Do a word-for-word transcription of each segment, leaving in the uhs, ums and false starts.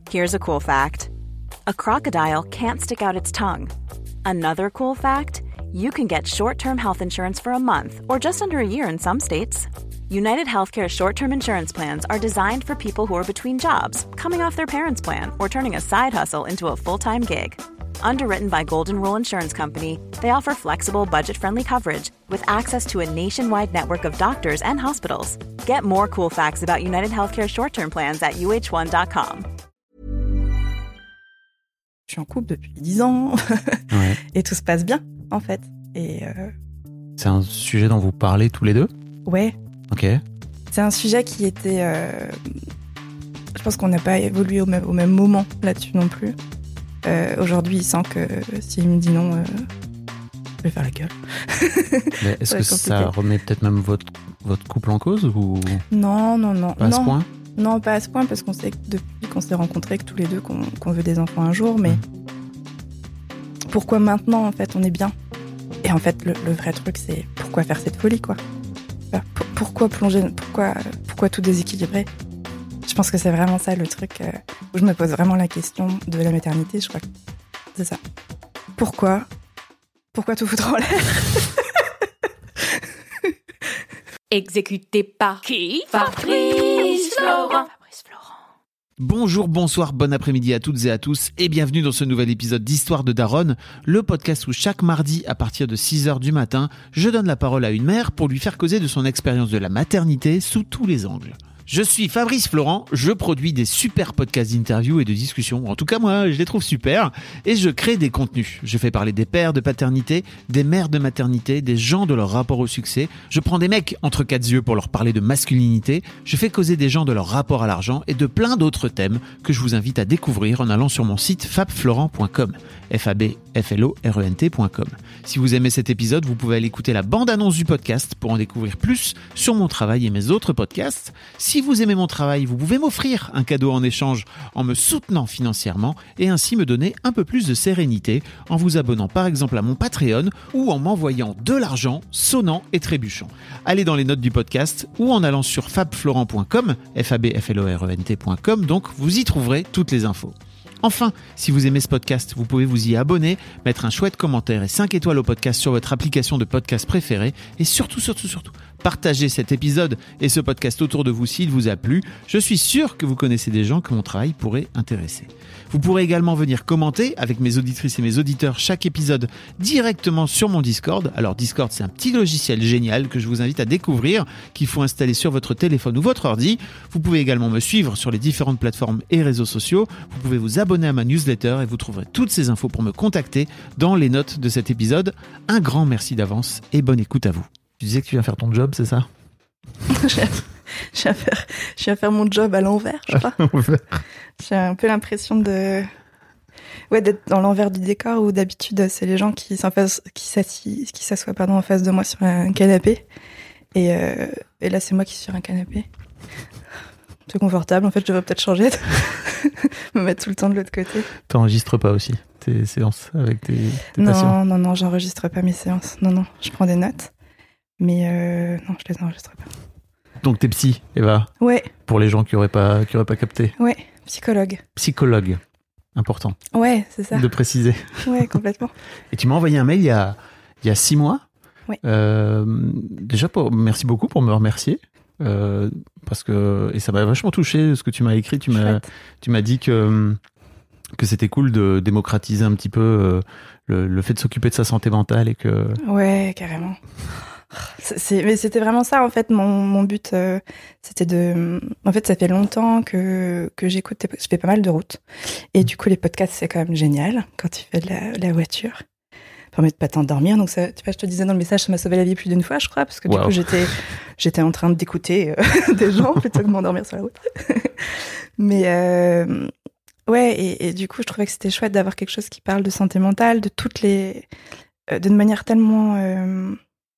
Here's a cool fact. A crocodile can't stick out its tongue. Another cool fact, you can get short-term health insurance for a month or just under a year in some states. United Healthcare short-term insurance plans are designed for people who are between jobs, coming off their parents' plan, or turning a side hustle into a full-time gig. Underwritten by Golden Rule Insurance Company, they offer flexible, budget-friendly coverage with access to a nationwide network of doctors and hospitals. Get more cool facts about United Healthcare short-term plans at U H one dot com. Je suis en couple depuis dix ans ouais. et tout se passe bien, en fait. Et euh... C'est un sujet dont vous parlez tous les deux ? Ouais. Ok. C'est un sujet qui était... Euh... Je pense qu'on n'a pas évolué au même, au même moment là-dessus non plus. Euh, aujourd'hui, il sent que s'il me dit non, euh... je vais faire la gueule. Mais est-ce que ça remet peut-être même votre, votre couple en cause ou... Non, non, non. Pas à non. ce point ? Non, pas à ce point, parce qu'on sait que depuis qu'on s'est rencontrés, que tous les deux, qu'on, qu'on veut des enfants un jour, mais mmh. pourquoi maintenant, en fait, on est bien ? Et en fait, le, le vrai truc, c'est pourquoi faire cette folie, quoi ? Enfin, pour, pourquoi plonger, pourquoi, pourquoi tout déséquilibrer ? Je pense que c'est vraiment ça, le truc euh, où je me pose vraiment la question de la maternité, je crois que c'est ça. Pourquoi ? Pourquoi tout foutre en l'air ? Exécuté par qui ? Fabrice Florent. Bonjour, bonsoir, bon après-midi à toutes et à tous et bienvenue dans ce nouvel épisode d'Histoire de Daronne, le podcast où chaque mardi à partir de six heures du matin, je donne la parole à une mère pour lui faire causer de son expérience de la maternité sous tous les angles. Je suis Fabrice Florent, je produis des super podcasts d'interviews et de discussions. En tout cas, moi, je les trouve super. Et je crée des contenus. Je fais parler des pères de paternité, des mères de maternité, des gens de leur rapport au succès. Je prends des mecs entre quatre yeux pour leur parler de masculinité. Je fais causer des gens de leur rapport à l'argent et de plein d'autres thèmes que je vous invite à découvrir en allant sur mon site fabflorent point com. F A B F L O R E N T point com. Si vous aimez cet épisode, vous pouvez aller écouter la bande-annonce du podcast pour en découvrir plus sur mon travail et mes autres podcasts. Si vous aimez mon travail, vous pouvez m'offrir un cadeau en échange en me soutenant financièrement et ainsi me donner un peu plus de sérénité en vous abonnant par exemple à mon Patreon ou en m'envoyant de l'argent sonnant et trébuchant. Allez dans les notes du podcast ou en allant sur fabflorent point com, F A B F L O R E N T point com, donc vous y trouverez toutes les infos. Enfin, si vous aimez ce podcast, vous pouvez vous y abonner, mettre un chouette commentaire et cinq étoiles au podcast sur votre application de podcast préférée et surtout, surtout, surtout, partagez cet épisode et ce podcast autour de vous s'il vous a plu. Je suis sûr que vous connaissez des gens que mon travail pourrait intéresser. Vous pourrez également venir commenter avec mes auditrices et mes auditeurs chaque épisode directement sur mon Discord. Alors Discord, c'est un petit logiciel génial que je vous invite à découvrir, qu'il faut installer sur votre téléphone ou votre ordi. Vous pouvez également me suivre sur les différentes plateformes et réseaux sociaux. Vous pouvez vous abonner à ma newsletter et vous trouverez toutes ces infos pour me contacter dans les notes de cet épisode. Un grand merci d'avance et bonne écoute à vous. Tu disais que tu viens faire ton job, c'est ça ? je, viens, je, viens faire, je viens faire mon job à l'envers, je crois. J'ai un peu l'impression de... Ouais, d'être dans l'envers du décor où d'habitude, c'est les gens qui, s'enface, qui, s'assit, qui s'assoient pardon, en face de moi sur un canapé. Et, euh, et là, c'est moi qui suis sur un canapé. C'est confortable. En fait, je devrais peut-être changer, me mettre tout le temps de l'autre côté. T'enregistres pas aussi tes séances avec tes, tes non, patients ? Non, non, non, j'enregistre pas mes séances. Non, non, je prends des notes. Mais euh, non, je les enregistre pas. Donc t'es psy, Eva ? Ouais. Pour les gens qui auraient pas, qui auraient pas capté ? Ouais, psychologue. Psychologue. Important. Ouais, c'est ça. De préciser. Ouais, complètement. Et tu m'as envoyé un mail il y a, il y a six mois. Ouais. Euh, déjà, pour, merci beaucoup pour me remercier. Euh, parce que, et ça m'a vachement touché ce que tu m'as écrit. Tu m'as, tu m'as dit que, que c'était cool de démocratiser un petit peu euh, le, le fait de s'occuper de sa santé mentale et que... Ouais, carrément. C'est, c'est, mais c'était vraiment ça, en fait, mon, mon but, euh, c'était de... En fait, ça fait longtemps que, que j'écoute... Je fais pas mal de routes. Et du coup, les podcasts, c'est quand même génial quand tu fais de la, la voiture. Ça permet de pas t'endormir. Donc, ça, tu vois, je te disais dans le message, ça m'a sauvé la vie plus d'une fois, je crois, parce que du wow. coup, j'étais, j'étais en train d'écouter euh, des gens plutôt que de m'endormir sur la route. Mais... Euh, ouais, et, et du coup, je trouvais que c'était chouette d'avoir quelque chose qui parle de santé mentale, de toutes les... Euh, d'une manière tellement... Euh,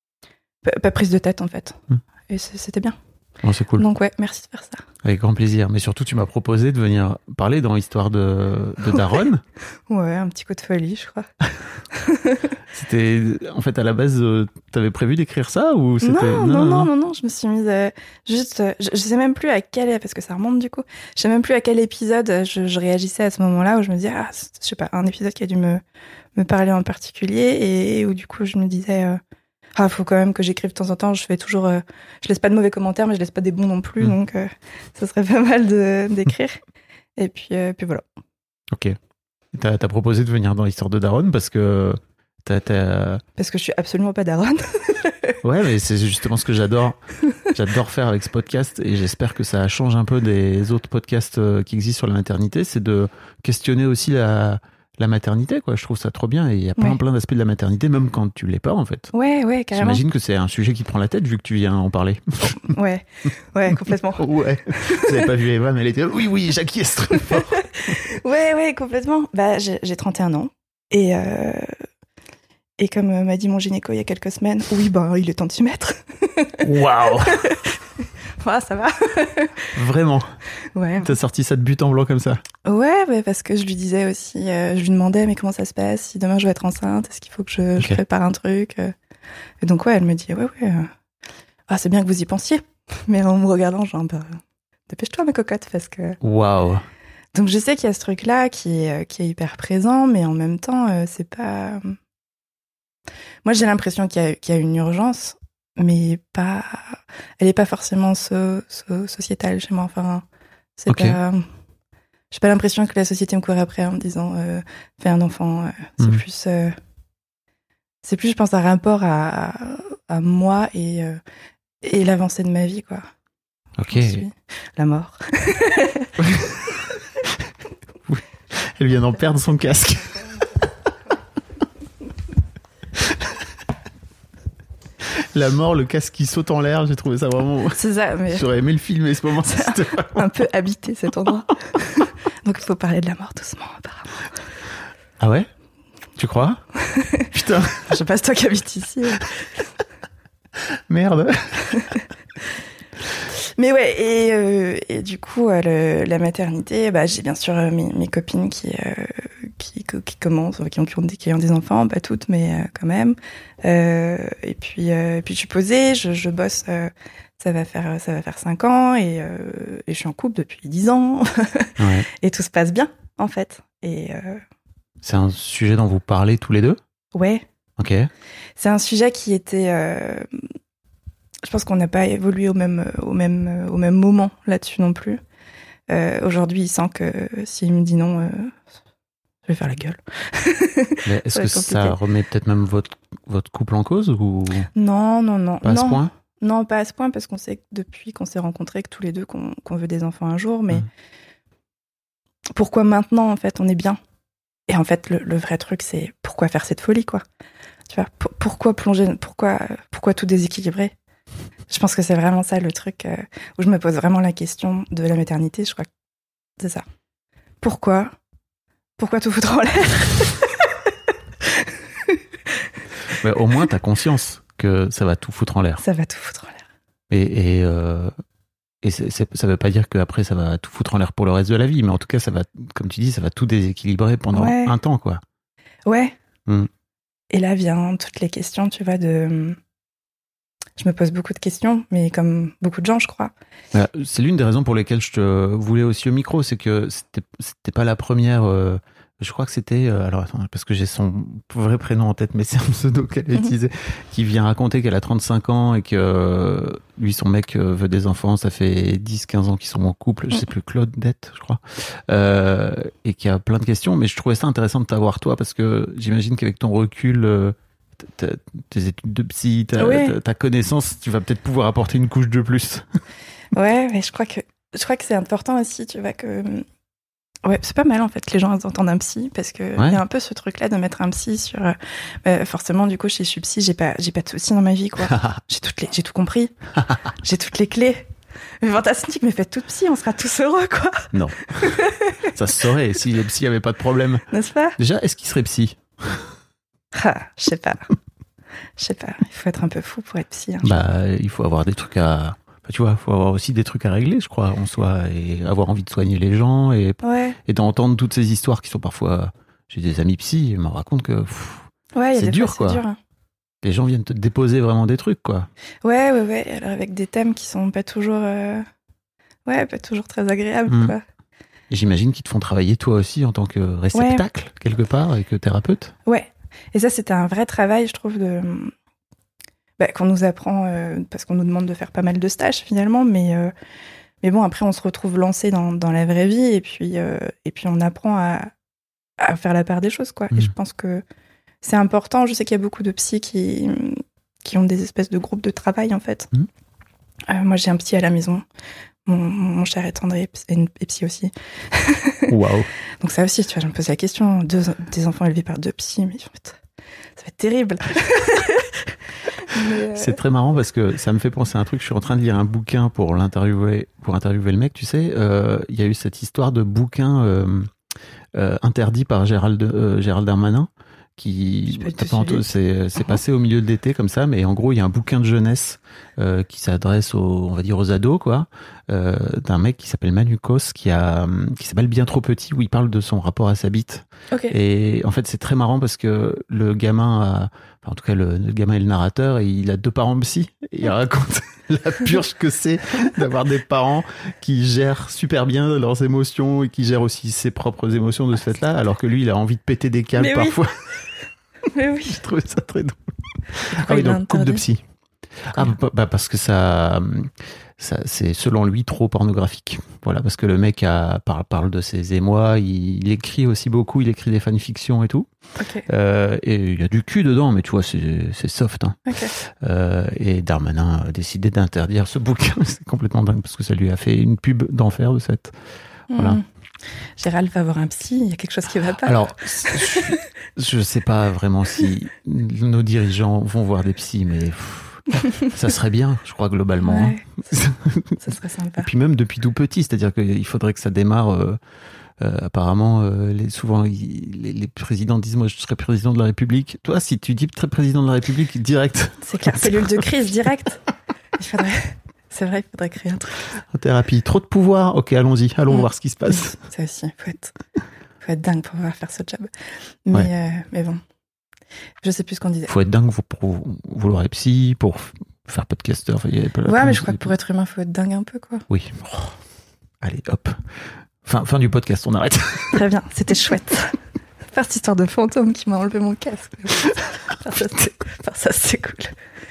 pas prise de tête, en fait. Mmh. Et c'était bien. Oh, c'est cool. Donc ouais, merci de faire ça. Avec grand plaisir. Mais surtout, tu m'as proposé de venir parler dans Histoire de, de Daronne. Ouais. Ouais, un petit coup de folie, je crois. C'était, en fait, à la base, euh, t'avais prévu d'écrire ça ou c'était... Non, non, non, non, non, je me suis mise euh, juste, euh, je, je sais même plus à quel, parce que ça remonte du coup, je sais même plus à quel épisode je, je réagissais à ce moment-là où je me disais, ah, je sais pas, un épisode qui a dû me, me parler en particulier et, et où du coup je me disais, euh, ah, faut quand même que j'écrive de temps en temps, je fais toujours, euh, je laisse pas de mauvais commentaires, mais je laisse pas des bons non plus, mmh. donc euh, ça serait pas mal de, d'écrire. Et puis, euh, puis voilà. Ok. T'as, t'as proposé de venir dans l'histoire de Daronne parce que t'as, t'as... Parce que je suis absolument pas daronne. Ouais, mais c'est justement ce que j'adore. J'adore faire avec ce podcast et j'espère que ça change un peu des autres podcasts qui existent sur la maternité. C'est de questionner aussi la, la maternité, quoi. Je trouve ça trop bien et il y a plein, ouais. plein d'aspects de la maternité, même quand tu l'es pas, en fait. Ouais, ouais, carrément. J'imagine que c'est un sujet qui te prend la tête vu que tu viens en parler. Ouais, ouais, complètement. Ouais. Vous avez pas vu Eva, mais elle était oui, oui, j'acquiesce très fort. Ouais, ouais, complètement. Bah, j'ai, j'ai trente et un ans et. Euh... Et comme m'a dit mon gynéco il y a quelques semaines, oui, ben, il est temps de s'y mettre. Waouh. Ouais, ça va. Vraiment. Ouais. T'as sorti ça de but en blanc comme ça. Ouais, ouais, parce que je lui disais aussi, euh, je lui demandais, mais comment ça se passe si demain je vais être enceinte, est-ce qu'il faut que je, okay. je prépare un truc euh... Et donc, ouais, elle me dit, ouais, ouais, euh... ah, c'est bien que vous y pensiez. Mais en me regardant, genre, bah, dépêche-toi, ma cocotte, parce que. Waouh. Donc, je sais qu'il y a ce truc-là qui est, qui est hyper présent, mais en même temps, euh, c'est pas. Moi, j'ai l'impression qu'il y a, qu'il y a une urgence, mais pas. Elle n'est pas forcément so, so, sociétale chez moi. Enfin, c'est okay. pas. J'ai pas l'impression que la société me court après en me disant euh, fais un enfant. Euh, c'est mmh. plus. Euh, c'est plus, je pense, un rapport à, à moi et, euh, et l'avancée de ma vie, quoi. Ok. La mort. Oui. Elle vient d'en perdre son casque. La mort, le casque qui saute en l'air, j'ai trouvé ça vraiment... C'est ça, mais... J'aurais aimé le filmer ce moment. C'était vraiment... un peu habité, cet endroit. Donc il faut parler de la mort doucement, apparemment. Ah ouais ? Tu crois ? Putain. Je sais pas, c'est toi qui habites ici. Merde. Mais ouais, et, euh, et du coup, euh, le, la maternité, bah, j'ai bien sûr euh, mes, mes copines qui, euh, qui, qui commencent, qui ont, qui, ont des, qui ont des enfants, pas toutes, mais euh, quand même. Euh, et puis, euh, et puis je suis posée, je, je bosse, euh, ça va faire, ça va faire cinq ans, et, euh, et je suis en couple depuis dix ans. Ouais. Et tout se passe bien, en fait. Et, euh... C'est un sujet dont vous parlez tous les deux ? Ouais. Ok. C'est un sujet qui était... Euh... Je pense qu'on n'a pas évolué au même, au même, au même moment là-dessus non plus. Euh, aujourd'hui, il sent que s'il me dit non, euh, je vais faire la gueule. Mais est-ce que ça remet peut-être même votre, votre couple en cause ou... Non, non, non. Pas à non. ce point ? Non, pas à ce point, parce qu'on sait que depuis qu'on s'est rencontrés, que tous les deux, qu'on, qu'on veut des enfants un jour, mais mmh. pourquoi maintenant, en fait, on est bien ? Et en fait, le, le vrai truc, c'est pourquoi faire cette folie, quoi ? Tu vois, pour, pourquoi plonger, pourquoi, pourquoi tout déséquilibrer ? Je pense que c'est vraiment ça le truc euh, où je me pose vraiment la question de la maternité. Je crois que c'est ça. Pourquoi Pourquoi tout foutre en l'air ? Mais au moins, t'as conscience que ça va tout foutre en l'air. Ça va tout foutre en l'air. Et, et, euh, et c'est, c'est, ça veut pas dire qu'après, ça va tout foutre en l'air pour le reste de la vie. Mais en tout cas, ça va, comme tu dis, ça va tout déséquilibrer pendant ouais. un temps, quoi. Ouais. Mm. Et là viennent toutes les questions, tu vois, de... Je me pose beaucoup de questions, mais comme beaucoup de gens, je crois. C'est l'une des raisons pour lesquelles je te voulais aussi au micro, c'est que c'était, c'était pas la première... Euh, je crois que c'était... Euh, alors attends, parce que j'ai son vrai prénom en tête, mais c'est un pseudo qu'elle a utilisé, qui vient raconter qu'elle a trente-cinq ans et que euh, lui, son mec euh, veut des enfants, ça fait dix quinze ans qu'ils sont en couple, je sais plus, Claudette, je crois, euh, et qu'il y a plein de questions, mais je trouvais ça intéressant de t'avoir toi, parce que j'imagine qu'avec ton recul... Euh, tes études de psy, ta, oui. ta, ta connaissance, tu vas peut-être pouvoir apporter une couche de plus. Ouais, mais je crois que je crois que c'est important aussi, tu vois, que ouais, c'est pas mal en fait que les gens entendent un psy, parce que ouais. il y a un peu ce truc-là de mettre un psy sur. Euh, forcément, du coup, chez je suis psy, j'ai pas j'ai pas de soucis dans ma vie, quoi. j'ai toutes les, j'ai tout compris, j'ai toutes les clés. Mais fantastique, mais faites tout psy, on sera tous heureux, quoi. Non, ça se saurait si les psys avaient pas de problème. N'est-ce pas ? Déjà, est-ce qu'il serait psy ? Ah, je sais pas. Je sais pas. Il faut être un peu fou pour être psy. Hein, bah, il faut avoir des trucs à. Enfin, tu vois, il faut avoir aussi des trucs à régler, je crois, en soi, et avoir envie de soigner les gens et, ouais. et d'entendre toutes ces histoires qui sont parfois. J'ai des amis psy, ils me racontent que pff, Ouais, il y a C'est des dur, fois, quoi. c'est dur. Les gens viennent te déposer vraiment des trucs, quoi. Ouais, ouais, ouais. Alors avec des thèmes qui sont pas toujours, euh... ouais, pas toujours très agréables, Mm. quoi. Et j'imagine qu'ils te font travailler toi aussi en tant que réceptacle, ouais. quelque part, et que thérapeute. Ouais. Et ça, c'était un vrai travail, je trouve, de... bah, qu'on nous apprend, euh, parce qu'on nous demande de faire pas mal de stages, finalement, mais, euh... mais bon, après, on se retrouve lancé dans, dans la vraie vie, et puis, euh... et puis on apprend à... à faire la part des choses, quoi. Mmh. Et je pense que c'est important. Je sais qu'il y a beaucoup de psys qui, qui ont des espèces de groupes de travail, en fait. Mmh. Euh, moi, j'ai un psy à la maison. Mon, mon cher est André est, est psy aussi. Waouh. Donc ça aussi, tu vois, je me pose la question. Deux, des enfants élevés par deux psys, mais en fait, ça va être terrible. mais, euh... C'est très marrant parce que ça me fait penser à un truc. Je suis en train de lire un bouquin pour l'interviewer, pour interviewer le mec. Tu sais, euh, il y a eu cette histoire de bouquin euh, euh, interdit par Gérald, euh, Gérald Darmanin. Qui c'est c'est passé au milieu de l'été comme ça, mais en gros il y a un bouquin de jeunesse euh, qui s'adresse aux, on va dire aux ados, quoi, euh, d'un mec qui s'appelle Manu Kos, qui a qui s'appelle Bien trop petit, où il parle de son rapport à sa bite. Okay. Et en fait c'est très marrant parce que le gamin a, enfin, en tout cas le, le gamin est le narrateur et il a deux parents psy et il raconte la purge que c'est d'avoir des parents qui gèrent super bien leurs émotions et qui gèrent aussi ses propres émotions de ce fait-là, alors que lui il a envie de péter des câbles mais parfois. Oui. Mais oui. Je trouvais ça très drôle. Ah oui, donc couple de psy. Ah, bah, bah, parce que ça, ça, c'est selon lui trop pornographique. Voilà, parce que le mec a, parle, parle de ses émois, il, il écrit aussi beaucoup, il écrit des fanfictions et tout. Okay. Euh, et il y a du cul dedans, mais tu vois, c'est, c'est soft. Hein. Okay. Euh, et Darmanin a décidé d'interdire ce bouquin. C'est complètement dingue parce que ça lui a fait une pub d'enfer de cette. Mmh. Voilà. Gérald va voir un psy, il y a quelque chose qui va pas. Alors, je ne sais pas vraiment si nos dirigeants vont voir des psys, mais pff, ça serait bien, je crois, globalement. Ouais, hein. Ça serait sympa. Et puis même depuis tout petit, c'est-à-dire qu'il faudrait que ça démarre... Euh, euh, apparemment, euh, les, souvent, il, les, les présidents disent « Moi, je serai président de la République ». Toi, si tu dis « président de la République », direct. C'est clair, cellule de crise, direct. Il faudrait... C'est vrai, il faudrait créer un truc. En thérapie, trop de pouvoir. Ok, allons-y, allons mmh. voir ce qui se passe. Ça aussi, il faut être, faut être dingue pour pouvoir faire ce job. Mais, ouais. euh, mais bon, je sais plus ce qu'on disait. Il faut être dingue pour vouloir être psy, pour faire podcasteur. Enfin, ouais, mais je crois que pour être humain, il faut être dingue un peu, quoi. Oui. Oh. Allez, hop. Fin, fin du podcast, on arrête. Très bien, c'était chouette. Faire cette histoire de fantôme qui m'a enlevé mon casque. Faire ça, c'est, faire ça, c'est cool.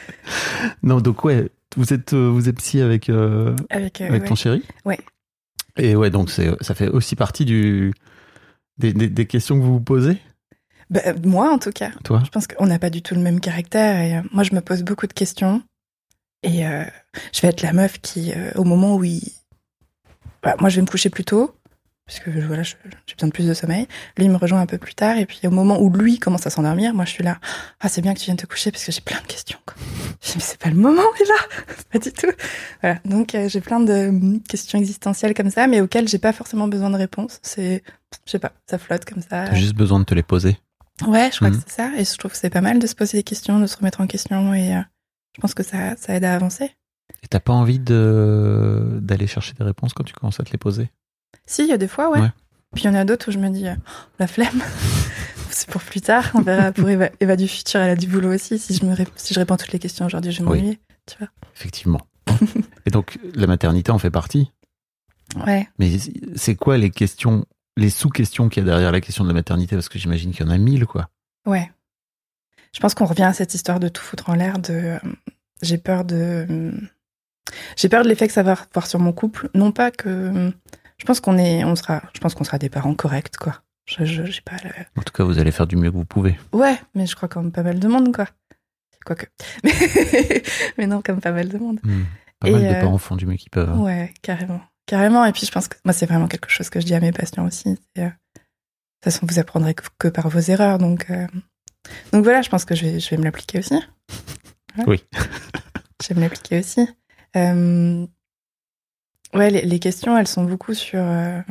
Non, donc ouais. Vous êtes, vous êtes psy avec, euh, avec, euh, avec ouais. ton chéri ? Ouais. Et ouais, donc c'est, ça fait aussi partie du, des, des, des questions que vous vous posez ? Bah, moi, en tout cas. Toi ? Je pense qu'on n'a pas du tout le même caractère. Et, euh, moi, je me pose beaucoup de questions. Et euh, je vais être la meuf qui, euh, au moment où il... Bah, moi, je vais me coucher plus tôt. Parce que voilà, je, j'ai besoin de plus de sommeil. Lui, il me rejoint un peu plus tard. Et puis, au moment où lui commence à s'endormir, moi, je suis là. Ah, c'est bien que tu viennes te coucher parce que j'ai plein de questions, quoi. Je dis, mais c'est pas le moment, là. Pas du tout. Voilà. Donc, euh, j'ai plein de questions existentielles comme ça, mais auxquelles j'ai pas forcément besoin de réponse. C'est, je sais pas, ça flotte comme ça. T'as juste besoin de te les poser. Ouais, je crois mmh. que c'est ça. Et je trouve que c'est pas mal de se poser des questions, de se remettre en question. Et euh, je pense que ça, ça aide à avancer. Et t'as pas envie de, d'aller chercher des réponses quand tu commences à te les poser ? Si, il y a des fois, ouais. ouais. Puis il y en a d'autres où je me dis, oh, la flemme, c'est pour plus tard. On verra pour Eva, Eva du futur, elle a du boulot aussi. Si je, me rép- si je réponds à toutes les questions aujourd'hui, je vais m'ennuyer. Oui. Tu vois. Effectivement. Et donc, la maternité en fait partie ? Ouais. Mais c'est quoi les questions, les sous-questions qu'il y a derrière la question de la maternité ? Parce que j'imagine qu'il y en a mille, quoi. Ouais. Je pense qu'on revient à cette histoire de tout foutre en l'air, de... Euh, j'ai peur de... Euh, j'ai peur de l'effet que ça va avoir sur mon couple. Non pas que... Euh, Je pense qu'on est, on sera, je pense qu'on sera des parents corrects, quoi. Je, je, j'ai pas le... En tout cas, vous allez faire du mieux que vous pouvez. Ouais, mais je crois comme pas mal de monde, quoi. Quoique. Mais, mais non, comme pas mal de monde. Mmh. Pas et mal euh... de parents font du mieux qu'ils peuvent. Ouais, carrément. Carrément. Et puis, je pense que moi, c'est vraiment quelque chose que je dis à mes patients aussi. C'est, euh... De toute façon, vous apprendrez que, que par vos erreurs. Donc, euh... donc voilà, je pense que je vais, je vais me l'appliquer aussi. Ouais. Oui. Je vais me l'appliquer aussi. Euh... Ouais, les, les questions, elles sont beaucoup sur euh,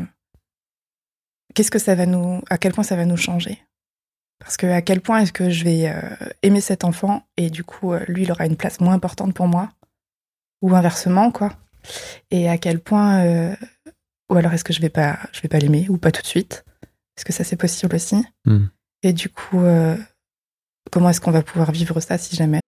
qu'est-ce que ça va nous, à quel point ça va nous changer. Parce que à quel point est-ce que je vais euh, aimer cet enfant et du coup, euh, lui, il aura une place moins importante pour moi, ou inversement, quoi. Et à quel point, euh, ou alors est-ce que je vais pas, je vais pas l'aimer ou pas tout de suite. Est-ce que ça c'est possible aussi. Mm. Et du coup, euh, comment est-ce qu'on va pouvoir vivre ça si jamais.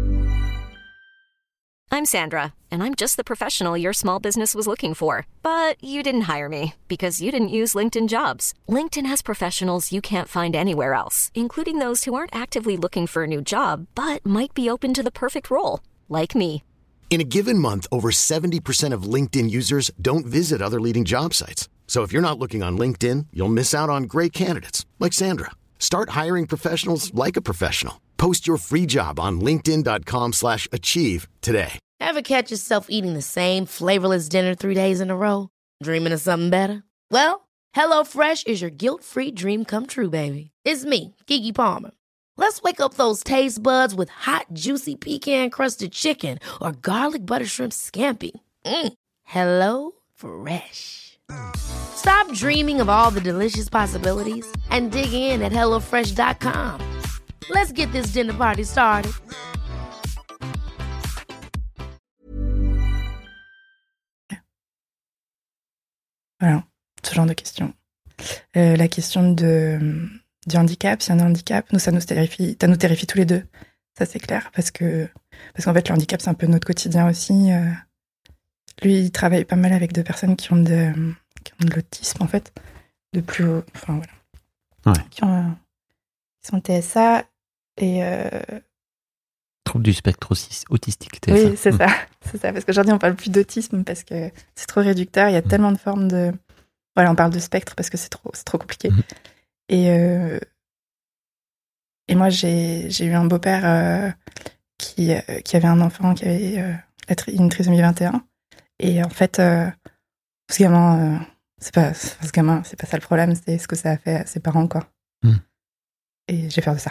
I'm Sandra, and I'm just the professional your small business was looking for. But you didn't hire me because you didn't use LinkedIn Jobs. LinkedIn has professionals you can't find anywhere else, including those who aren't actively looking for a new job, but might be open to the perfect role, like me. In a given month, over seventy percent of LinkedIn users don't visit other leading job sites. So if you're not looking on LinkedIn, you'll miss out on great candidates like Sandra. Start hiring professionals like a professional. Post your free job on linkedin.com slash achieve today. Ever catch yourself eating the same flavorless dinner three days in a row? Dreaming of something better? Well, HelloFresh is your guilt-free dream come true, baby. It's me, Keke Palmer. Let's wake up those taste buds with hot, juicy pecan-crusted chicken or garlic butter shrimp scampi. Mm. Hello Fresh. Stop dreaming of all the delicious possibilities and dig in at hello fresh dot com. Let's get this dinner party started. Voilà, ce genre de questions. Euh, la question de, du handicap, s'il y a un handicap, nous, ça nous terrifie, ça nous terrifie tous les deux. Ça, c'est clair, parce que, parce qu'en fait, le handicap, c'est un peu notre quotidien aussi. Euh, lui, il travaille pas mal avec des personnes qui ont de, qui ont de l'autisme, en fait, de plus haut, enfin, voilà. Ouais. Qui, ont, qui sont T S A et... Euh, Trouble du spectre aussi, autistique, T S A. Oui, c'est mmh. ça, c'est ça. Parce qu'aujourd'hui, on parle plus d'autisme parce que c'est trop réducteur. Il y a mmh. tellement de formes de... Voilà, on parle de spectre parce que c'est trop, c'est trop compliqué. Mmh. Et, euh... et moi, j'ai, j'ai eu un beau-père euh, qui, euh, qui avait un enfant qui avait euh, la tri- une trisomie vingt et un. Et en fait, euh, ce gamin, euh, c'est pas, ce gamin, c'est pas ça le problème, c'est ce que ça a fait à ses parents, quoi. Mmh. Et j'ai peur de ça.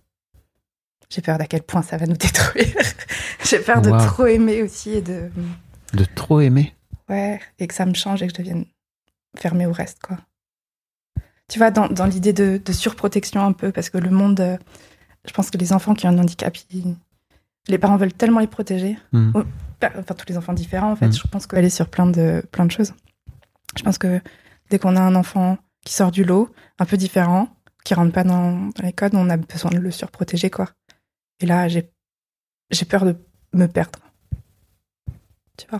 J'ai peur d'à quel point ça va nous détruire. J'ai peur wow. de trop aimer aussi et de... De trop aimer ? Ouais, et que ça me change et que je devienne fermée au reste, quoi. Tu vois, dans, dans l'idée de, de surprotection un peu, parce que le monde... Euh, je pense que les enfants qui ont un handicap, ils, les parents veulent tellement les protéger. Mmh. Enfin, tous les enfants différents, en fait. Mmh. Je pense qu'elle est sur plein de, plein de choses. Je pense que dès qu'on a un enfant qui sort du lot, un peu différent, qui rentre pas dans, dans les codes, on a besoin de le surprotéger, quoi. Et là, j'ai, j'ai peur de me perdre. Tu vois ?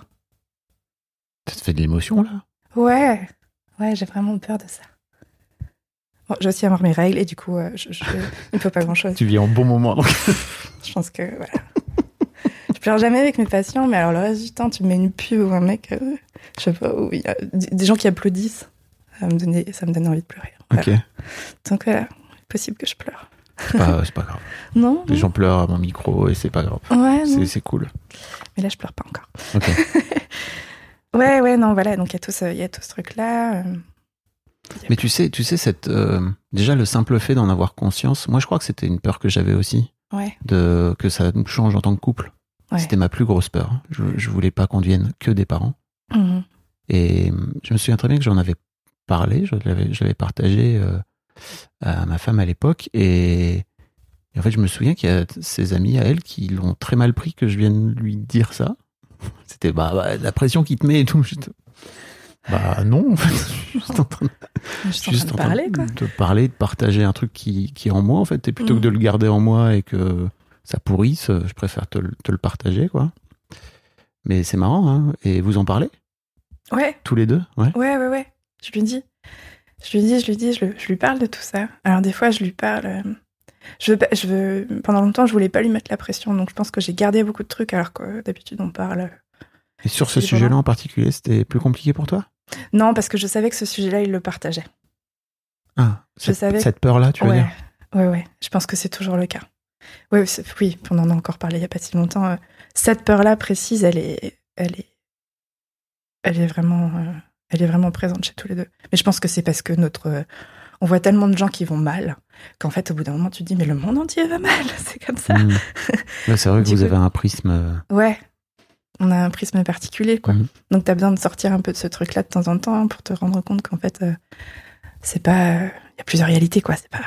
Ça te fait de l'émotion, là ? Ouais. Ouais, j'ai vraiment peur de ça. Bon, j'ai aussi avoir mes règles et du coup, euh, je, je, il ne faut pas grand-chose. Tu vis en bon moment, donc. Je pense que, voilà. Je pleure jamais avec mes patients, mais alors le reste du temps, tu me mets une pub ou un mec, euh, je sais pas, où il y a des gens qui applaudissent, ça me, donnait, ça me donne envie de pleurer. Voilà. Ok. Donc voilà, c'est possible que je pleure. C'est pas, c'est pas grave. Non. Les non. gens pleurent à mon micro et c'est pas grave. Ouais. C'est, c'est cool. Mais là, je pleure pas encore. Ok. ouais, ouais, non, voilà. Donc il y a tout ce, il y a tout ce truc-là. Euh... Mais tu sais, tu sais cette, euh, déjà le simple fait d'en avoir conscience. Moi, je crois que c'était une peur que j'avais aussi. Ouais. De que ça nous change en tant que couple. Ouais. C'était ma plus grosse peur. Je, je voulais pas qu'on devienne que des parents. Mmh. Et je me souviens très bien que j'en avais parlé. Je l'avais, je l'avais partagé. Euh, à ma femme à l'époque et, et en fait je me souviens qu'il y a ses amis à elle qui l'ont très mal pris que je vienne lui dire ça. C'était bah, bah la pression qui te met et tout. Juste, bah non en fait je suis juste en train de, juste en train de parler quoi. de parler de partager un truc qui, qui est en moi en fait et plutôt mmh. que de le garder en moi et que ça pourrisse je préfère te, te le partager quoi. Mais c'est marrant hein. Et vous en parlez ouais tous les deux ouais ouais ouais ouais je lui dis Je lui dis, je lui dis, je, je lui parle de tout ça. Alors des fois, je lui parle. Euh, je, veux, je veux, pendant longtemps, je voulais pas lui mettre la pression, donc je pense que j'ai gardé beaucoup de trucs, alors que d'habitude, on parle. Et sur ce sujet-là en particulier, c'était plus compliqué pour toi ? Non, parce que je savais que ce sujet-là, il le partageait. Ah, je cette, savais. Cette peur-là, tu veux ouais, dire ? Ouais, ouais. Je pense que c'est toujours le cas. Ouais, c'est, oui, on en a encore parlé il y a pas si longtemps. Euh, cette peur-là précise, elle est, elle est, elle est vraiment. Euh, Elle est vraiment présente chez tous les deux. Mais je pense que c'est parce que notre... Euh, on voit tellement de gens qui vont mal qu'en fait, au bout d'un moment, tu te dis, mais le monde entier va mal. C'est comme ça. Mmh. Ouais, c'est vrai que vous coup, avez un prisme... Ouais. On a un prisme particulier, quoi. Mmh. Donc, t'as besoin de sortir un peu de ce truc-là de temps en temps pour te rendre compte qu'en fait, euh, c'est pas... Il euh, y a plusieurs réalités, quoi. C'est pas...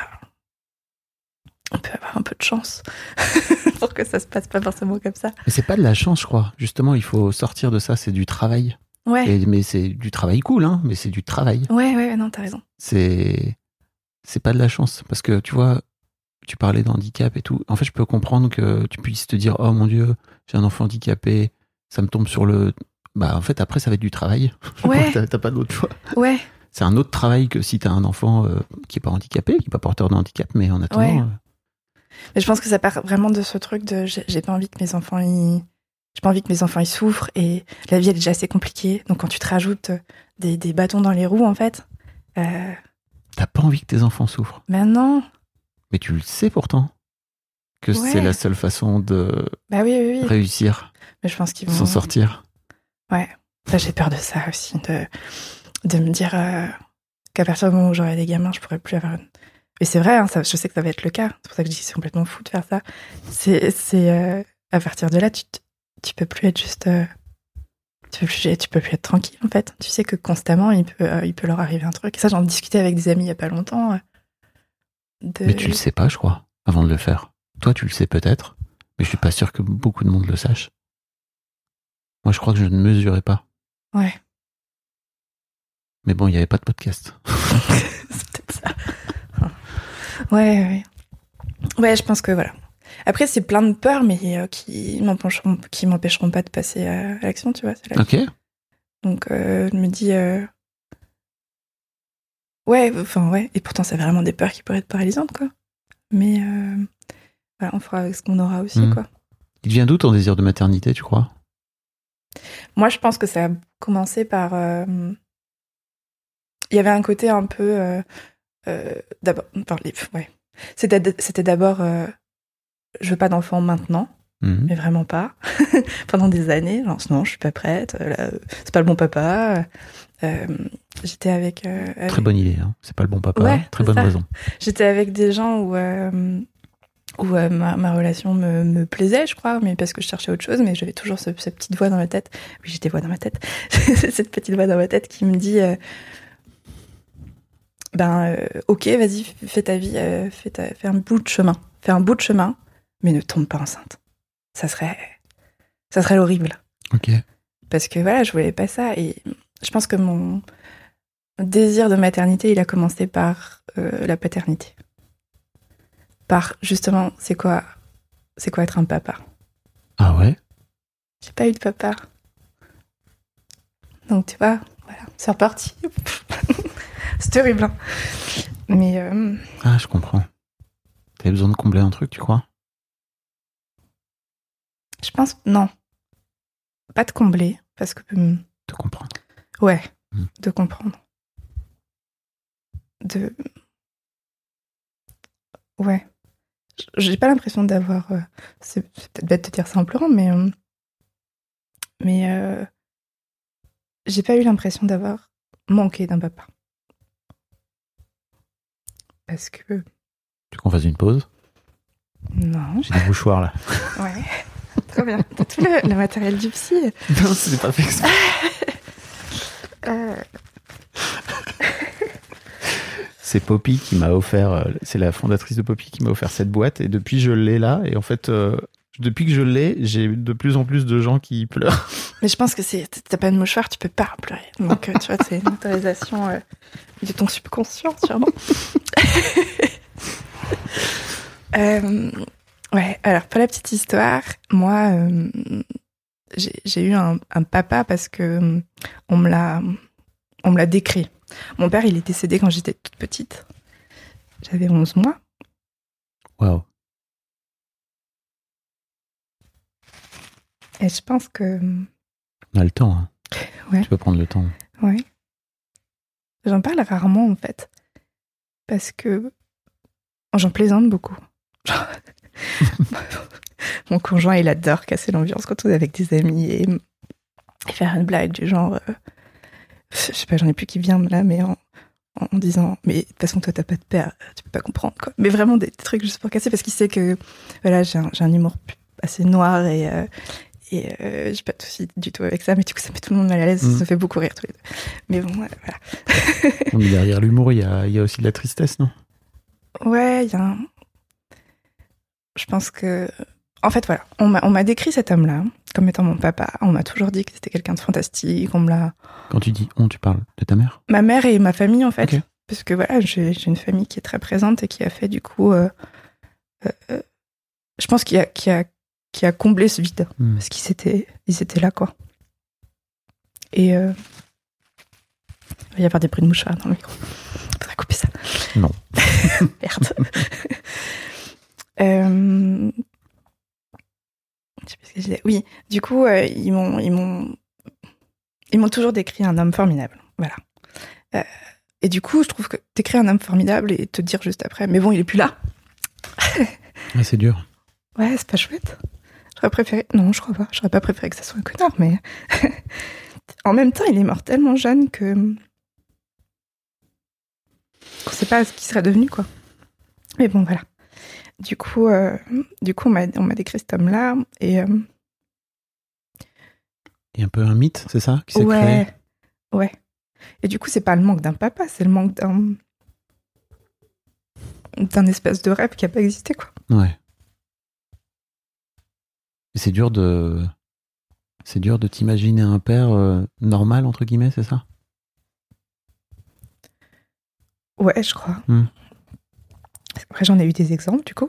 On peut avoir un peu de chance pour que ça se passe pas forcément comme ça. Mais c'est pas de la chance, je crois. Justement, il faut sortir de ça. C'est du travail. Ouais. Et, mais c'est du travail cool, hein, mais c'est du travail. Ouais, ouais, non, t'as raison. C'est, c'est pas de la chance. Parce que, tu vois, tu parlais d'handicap et tout. En fait, je peux comprendre que tu puisses te dire, oh mon Dieu, j'ai un enfant handicapé, ça me tombe sur le... Bah, en fait, après, ça va être du travail. Ouais. t'as, t'as pas d'autre choix. Ouais. C'est un autre travail que si t'as un enfant euh, qui est pas handicapé, qui est pas porteur de handicap, mais en attendant... Ouais. Euh... Mais je pense que ça part vraiment de ce truc de j'ai, j'ai pas envie que mes enfants ils... J'ai pas envie que mes enfants ils souffrent et la vie elle est déjà assez compliquée. Donc quand tu te rajoutes des, des bâtons dans les roues, en fait... Euh... T'as pas envie que tes enfants souffrent. Ben non. Mais tu le sais pourtant. Que Ouais. c'est la seule façon de Bah oui, oui, oui. réussir, Mais je pense qu'ils de vont... s'en sortir. Ouais. Là, j'ai peur de ça aussi, de, de me dire euh, qu'à partir du moment où j'aurai des gamins, je pourrai plus avoir une... Et c'est vrai, hein, ça, je sais que ça va être le cas. C'est pour ça que je dis que c'est complètement fou de faire ça. C'est, c'est euh, à partir de là, tu, tu peux plus être juste... Euh, tu peux plus, tu peux plus être tranquille, en fait. Tu sais que constamment, il peut, euh, il peut leur arriver un truc. Et ça, j'en discutais avec des amis il y a pas longtemps. Euh, de... Mais tu le sais pas, je crois, avant de le faire. Toi, tu le sais peut-être, mais je suis pas sûr que beaucoup de monde le sache. Moi, je crois que je ne mesurais pas. Ouais. Mais bon, il n'y avait pas de podcast. C'est peut-être ça. Ouais, ouais. Ouais, je pense que voilà. Après, c'est plein de peurs, mais euh, qui m'empêcheront, qui m'empêcheront pas de passer à, à l'action, tu vois. C'est la Ok. Donc, euh, je me dis... Euh... Ouais, enfin, ouais. Et pourtant, c'est vraiment des peurs qui pourraient être paralysantes, quoi. Mais euh... voilà, on fera avec ce qu'on aura aussi, Mmh. quoi. Il vient d'où ton désir de maternité, tu crois ? Moi, je pense que ça a commencé par... euh, Il y avait un côté un peu... Euh, euh, d'abord... Enfin, les... ouais. C'était, c'était d'abord... Euh, je veux pas d'enfant maintenant, Mmh. mais vraiment pas. Pendant des années, genre, non, je suis pas prête, euh, là, c'est pas le bon papa. Euh, j'étais avec, euh, avec... Très bonne idée, hein. C'est pas le bon papa. Ouais, Très c'est bonne ça. raison. J'étais avec des gens où, euh, où euh, ma, ma relation me, me plaisait, je crois, mais parce que je cherchais autre chose, mais j'avais toujours ce, cette petite voix dans ma tête. Oui, j'ai des voix dans ma tête. Cette petite voix dans ma tête qui me dit euh, ben, euh, ok, vas-y, fais ta vie, euh, fais, ta, fais un bout de chemin. Fais un bout de chemin, mais ne tombe pas enceinte. Ça serait, ça serait horrible. Ok. Parce que voilà, je voulais pas ça. Et je pense que mon désir de maternité, il a commencé par euh, la paternité. Par, justement, c'est quoi, c'est quoi être un papa. Ah ouais ? J'ai pas eu de papa. Donc, tu vois, voilà, c'est reparti. C'est horrible. Hein. Mais... Euh, Ah, je comprends. T'avais besoin de combler un truc, tu crois ? je pense, non. Pas de combler, parce que... hum, De comprendre. ouais, Mm. de comprendre. De... Ouais. J'ai pas l'impression d'avoir... euh, c'est, c'est peut-être bête de dire ça en pleurant, mais... euh, mais... euh, j'ai pas eu l'impression d'avoir manqué d'un papa. Parce que... Tu veux qu'on fasse une pause ? Non. J'ai des mouchoirs là. Ouais. Très bien. T'as tout le, le matériel du psy. Non, c'est pas fait exprès. Euh, C'est Poppy qui m'a offert, euh, c'est la fondatrice de Poppy qui m'a offert cette boîte et depuis je l'ai là et en fait euh, depuis que je l'ai j'ai de plus en plus de gens qui pleurent. mais je pense que c'est, t'as pas de mouchoir, tu peux pas pleurer. Donc, euh, tu vois, c'est une autorisation euh, de ton subconscient, sûrement. euh, ouais, alors, pour la petite histoire, moi, euh, j'ai, j'ai eu un, un papa parce que euh, on me l'a, on me l'a décrit. Mon père, il est décédé quand j'étais toute petite. J'avais onze mois. Waouh. Et je pense que... On a le temps. Hein. Ouais. Tu peux prendre le temps. Ouais. J'en parle rarement, en fait. Parce que... J'en plaisante beaucoup. Genre... Mon conjoint, il adore casser l'ambiance quand on est avec des amis et, et faire une blague du genre... Euh... Je sais pas, j'en ai plus qui vient là, mais en, en disant... Mais de toute façon, toi, t'as pas de père, tu peux pas comprendre, quoi. Mais vraiment des trucs juste pour casser, parce qu'il sait que... Voilà, j'ai un, j'ai un humour assez noir et... Euh, Et euh, j'ai pas de soucis du tout avec ça, mais du coup, ça met tout le monde mal à l'aise, Mmh. ça fait beaucoup rire tous les deux. Mais bon, ouais, voilà. Non, mais derrière l'humour, il y a, il y a aussi de la tristesse, non ? Ouais, il y a un... Je pense que... En fait, voilà, on m'a, on m'a décrit cet homme-là comme étant mon papa. On m'a toujours dit que c'était quelqu'un de fantastique, on me l'a... Quand tu dis on, tu parles de ta mère ? Ma mère et ma famille, en fait. Ok. Parce que voilà, j'ai, j'ai une famille qui est très présente et qui a fait, du coup... Euh, euh, je pense qu'il y a, qu'il y a, qu'il y a comblé ce vide. Mm. Parce qu'ils étaient, ils étaient là, quoi. Et euh, il va y avoir des bruits de mouchoirs dans le micro. Faudrait couper ça. Non. Merde. euh... Je sais plus ce que je disais. Oui, du coup, euh, ils m'ont, ils m'ont, ils m'ont toujours décrit un homme formidable. Voilà. Euh, et du coup, je trouve que décrire un homme formidable et te dire juste après, mais bon, il est plus là. Ouais, c'est dur. Ouais, c'est pas chouette. J'aurais préféré. Non, je crois pas. J'aurais pas préféré que ça soit un connard, mais en même temps, il est mort tellement jeune que qu'on sait pas ce qu'il serait devenu, quoi. Mais bon, voilà. Du coup, euh, du coup, on m'a, on m'a décrit cet homme-là et euh... il y a un peu un mythe, c'est ça, qui s'est ouais, créé. Ouais. Et du coup, c'est pas le manque d'un papa, c'est le manque d'un d'un espèce de rêve qui a pas existé, quoi. Ouais. Et c'est dur de c'est dur de t'imaginer un père euh, normal entre guillemets, c'est ça? Ouais, je crois. Mm. Après, j'en ai eu des exemples, du coup.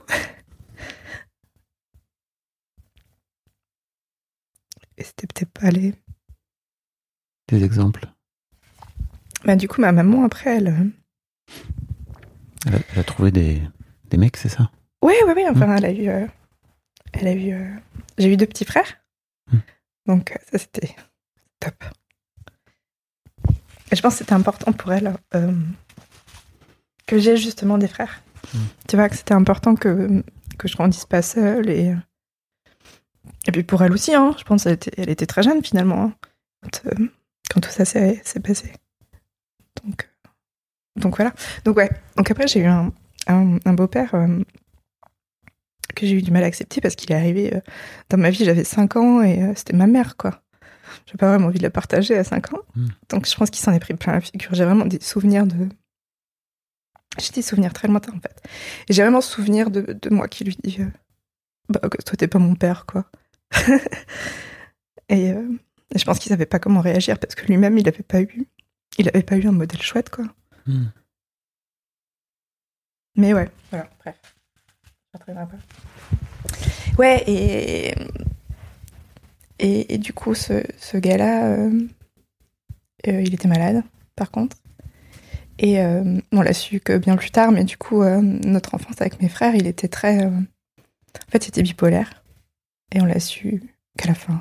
Et c'était peut-être pas les... Des exemples. Bah, du coup, ma maman, après, elle... euh, Elle a, elle a trouvé des, des mecs, c'est ça? Ouais, ouais, ouais. Enfin, elle a eu... euh, Elle a eu... euh, J'ai eu deux petits frères. Mm. Donc, euh, ça, c'était top. Et je pense que c'était important pour elle euh, que j'ai justement des frères. Mm. Tu vois, que c'était important que, que je grandisse pas seule. Et, et puis pour elle aussi, hein, je pense qu'elle était, elle était très jeune finalement, hein, quand, euh, quand tout ça s'est, s'est passé. Donc, euh, donc voilà. Donc ouais. Donc après, j'ai eu un, un, un beau-père euh, que j'ai eu du mal à accepter parce qu'il est arrivé euh, dans ma vie, j'avais cinq ans et euh, c'était ma mère, quoi. J'ai pas vraiment envie de la partager à cinq ans. Mm. Donc je pense qu'il s'en est pris plein la figure. J'ai vraiment des souvenirs de... J'ai des souvenirs très lointains, en fait. Et j'ai vraiment souvenir de, de moi qui lui dit euh, bah, que toi, t'es pas mon père, quoi. et, euh, et je pense qu'il savait pas comment réagir parce que lui-même, il avait pas eu... Il avait pas eu un modèle chouette, quoi. Mm. Mais ouais, voilà, bref. Un peu. Ouais, et... Et, et du coup, ce, ce gars-là, euh, euh, il était malade, par contre. Et euh, on l'a su que bien plus tard, mais du coup, euh, notre enfance avec mes frères, il était très... Euh... En fait, il était bipolaire. Et on l'a su qu'à la fin.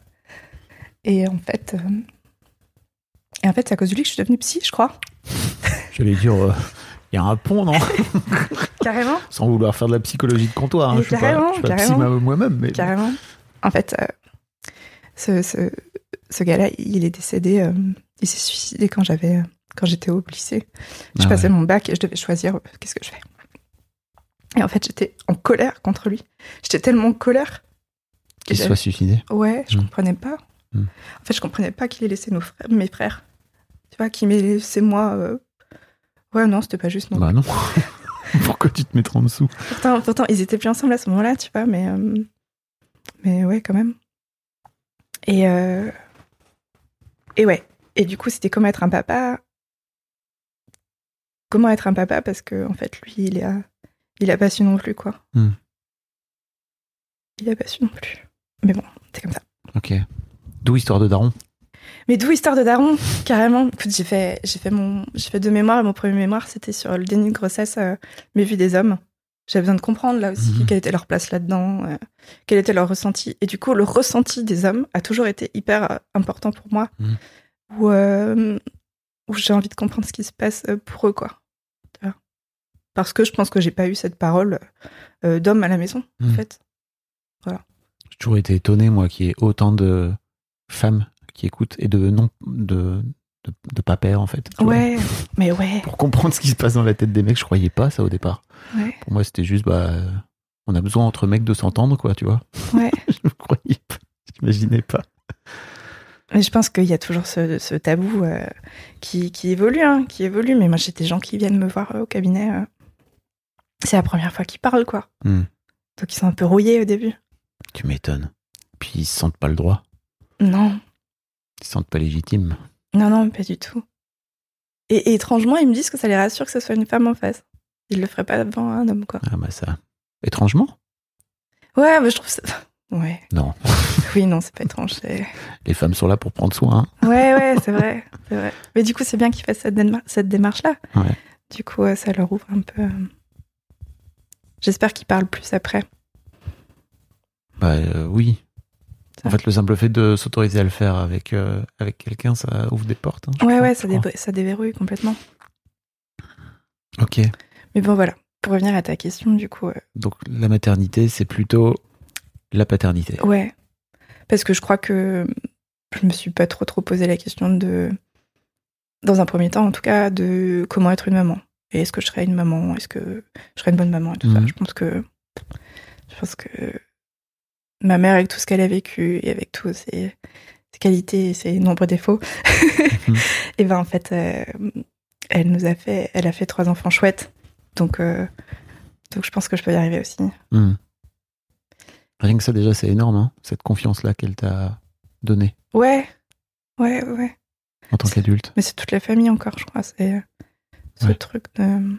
Et en fait... Euh... Et en fait, c'est à cause de lui que je suis devenue psy, je crois. J'allais dire... Euh... Il y a un pont, non? Carrément. Sans vouloir faire de la psychologie de comptoir. Hein. Je suis pas, je suis pas psy moi-même. Mais... Carrément. En fait, euh, ce, ce, ce gars-là, il est décédé. Euh, il s'est suicidé quand j'avais, quand j'étais au lycée. Je ah passais ouais. mon bac et je devais choisir euh, qu'est-ce que je fais. Et en fait, j'étais en colère contre lui. J'étais tellement en colère. Qu'il soit suicidé? Ouais, je mmh. comprenais pas. Mmh. En fait, je comprenais pas qu'il ait laissé nos frères, mes frères. Tu vois, qu'il m'ait laissé moi... Euh, Ouais, non, c'était pas juste non. Bah non. Pourquoi tu te mettrais en dessous? Pourtant, pourtant, ils étaient plus ensemble à ce moment-là, tu vois, mais... Euh, mais ouais, quand même. Et... Euh, et ouais. Et du coup, c'était comment être un papa. Comment être un papa, parce que, en fait, lui, il a, il a pas su non plus, quoi. Mm. Il a pas su non plus. Mais bon, c'est comme ça. Ok. D'où Histoire de Daron? Mais d'où Histoire de Daron, carrément. Écoute, j'ai fait, j'ai fait mon, j'ai fait deux mémoires et mon premier mémoire, c'était sur le déni de grossesse, euh, mes vues des hommes. J'avais besoin de comprendre, là aussi, mmh. quelle était leur place là-dedans, euh, quel était leur ressenti. Et du coup, le ressenti des hommes a toujours été hyper euh, important pour moi, mmh. où, euh, où j'ai envie de comprendre ce qui se passe pour eux, quoi. Tu vois. Parce que je pense que j'ai pas eu cette parole euh, d'homme à la maison, mmh. en fait. Voilà. J'ai toujours été étonné, moi, qu'il y ait autant de femmes qui écoutent et de non de de, de pas père en fait. Ouais, vois. Mais ouais. Pour comprendre ce qui se passe dans la tête des mecs, je croyais pas ça au départ. Ouais. Pour moi, c'était juste bah on a besoin entre mecs de s'entendre quoi, tu vois. Ouais. Je ne croyais pas, j'imaginais pas. Mais je pense qu'il y a toujours ce, ce tabou euh, qui qui évolue, hein, qui évolue. Mais moi, j'ai des gens qui viennent me voir euh, au cabinet. Euh, c'est la première fois qu'ils parlent, quoi. Mm. Donc ils sont un peu rouillés au début. Tu m'étonnes. Puis ils se sentent pas le droit. Non. Ils se sentent pas légitimes. Non, non, pas du tout. Et, et étrangement, ils me disent que ça les rassure que ce soit une femme en face. Ils le feraient pas devant un homme, quoi. Ah bah ça, Étrangement ? Ouais, mais je trouve ça... Ouais. Non. Oui, non, c'est pas étrange. C'est... Les femmes sont là pour prendre soin. Ouais, ouais, c'est vrai, c'est vrai. Mais du coup, c'est bien qu'ils fassent cette, déma- cette démarche-là. Ouais. Du coup, euh, ça leur ouvre un peu... euh, J'espère qu'ils parlent plus après. Bah euh, oui. Ça. En fait, le simple fait de s'autoriser à le faire avec, euh, avec quelqu'un, ça ouvre des portes. Hein, je Ouais, crois, ouais, je ça, crois. dé- ça déverrouille complètement. Ok. Mais bon, voilà. Pour revenir à ta question, du coup... euh, Donc la maternité, c'est plutôt la paternité. Ouais. Parce que je crois que je me suis pas trop trop posé la question de... Dans un premier temps, en tout cas, de comment être une maman. Et est-ce que je serais une maman ? Est-ce que je serais une bonne maman et tout Mhm. ça. Je pense que... Je pense que... Ma mère, avec tout ce qu'elle a vécu et avec tous ses, ses qualités et ses nombreux défauts, Mhm. et ben en fait, euh, elle nous a fait... Elle a fait trois enfants chouettes. Donc, euh, donc je pense que je peux y arriver aussi. Hmm. Rien que ça, déjà, c'est énorme, hein, cette confiance-là qu'elle t'a donnée Ouais. Ouais, ouais. en tant qu'adulte. Mais c'est toute la famille encore, je crois. C'est ce Ouais. truc de...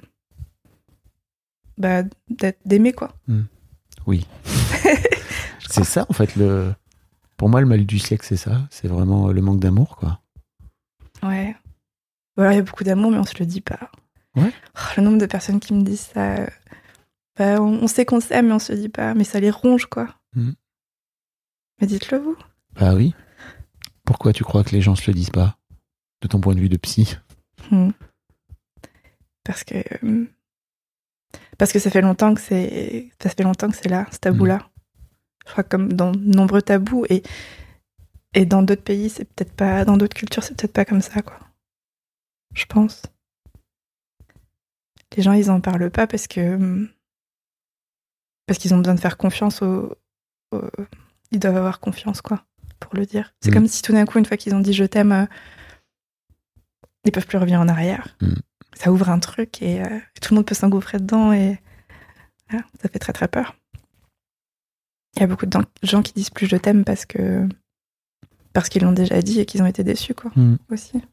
Bah, d'être, d'aimer, quoi. Oui. C'est ça, en fait, le... Pour moi, le mal du siècle, c'est ça. C'est vraiment le manque d'amour, quoi. Ouais. Ou alors, il y a beaucoup d'amour, mais on se le dit pas. Ouais. Oh, le nombre de personnes qui me disent ça... euh, Bah, on, on sait qu'on s'aime, mais on se le dit pas. Mais ça les ronge, quoi. Mhm. Mais dites-le, vous. Bah oui. Pourquoi tu crois que les gens se le disent pas, de ton point de vue de psy ? Hmm. Parce que... euh, Parce que ça fait longtemps que c'est... Ça fait longtemps que c'est là, ce tabou-là. Je crois que comme dans de nombreux tabous, et, et dans d'autres pays, c'est peut-être pas... Dans d'autres cultures, c'est peut-être pas comme ça, quoi. Je pense. Les gens, ils en parlent pas parce que... Parce qu'ils ont besoin de faire confiance au... au- Ils doivent avoir confiance, quoi, pour le dire. C'est Mm. comme si tout d'un coup, une fois qu'ils ont dit « je t'aime », euh, ils peuvent plus revenir en arrière. Mm. Ça ouvre un truc et, euh, et tout le monde peut s'engouffrer dedans et voilà, ça fait très très peur. Il y a beaucoup de gens qui disent plus je t'aime parce que parce qu'ils l'ont déjà dit et qu'ils ont été déçus, quoi, Mm. aussi.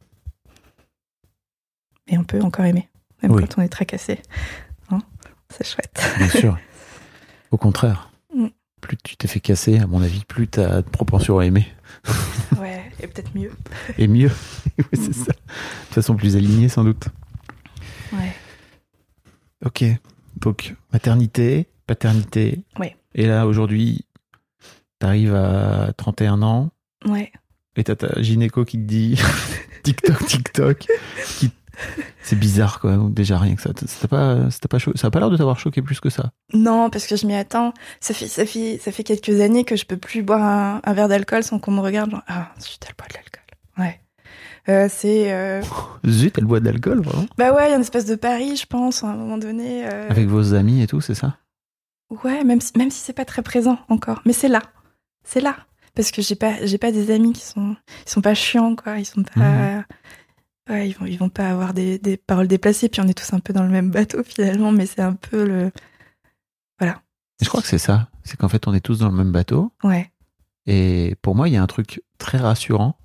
Et on peut encore aimer, même Oui. quand on est tracassé. Hein, c'est chouette. Bien sûr. Au contraire. Mm. Plus tu t'es fait casser, à mon avis, plus t'as de propension à aimer. Ouais, et peut-être mieux. Et mieux. Oui, c'est ça. De façon plus alignée, sans doute. Ouais. Ok. Donc, maternité, paternité. Ouais. Et là, aujourd'hui, t'arrives à trente et un ans Ouais. et t'as ta gynéco qui te dit TikTok, TikTok. Qui... C'est bizarre, quoi. Donc, déjà, rien que ça. Ça t'a pas, ça t'a pas, cho... ça a pas l'air de t'avoir choqué plus que ça. Non, parce que je m'y attends. Ça fait, ça fait, ça fait quelques années que je peux plus boire un, un verre d'alcool sans qu'on me regarde. Genre, ah, zut, elle boit de l'alcool. Ouais. Euh, c'est. Euh... Zut, elle boit de l'alcool, vraiment. Bah ouais, il y a une espèce de pari, je pense, à un moment donné. Euh... Avec vos amis et tout, c'est ça? Ouais, même si, même si c'est pas très présent encore. Mais c'est là. C'est là. Parce que j'ai pas, j'ai pas des amis qui sont, ils sont pas chiants, quoi. Ils sont pas. Mmh. Ouais, ils vont, ils vont pas avoir des, des paroles déplacées. Puis on est tous un peu dans le même bateau, finalement. Mais c'est un peu le. Voilà. Et je crois que c'est ça. C'est qu'en fait, on est tous dans le même bateau. Ouais. Et pour moi, il y a un truc très rassurant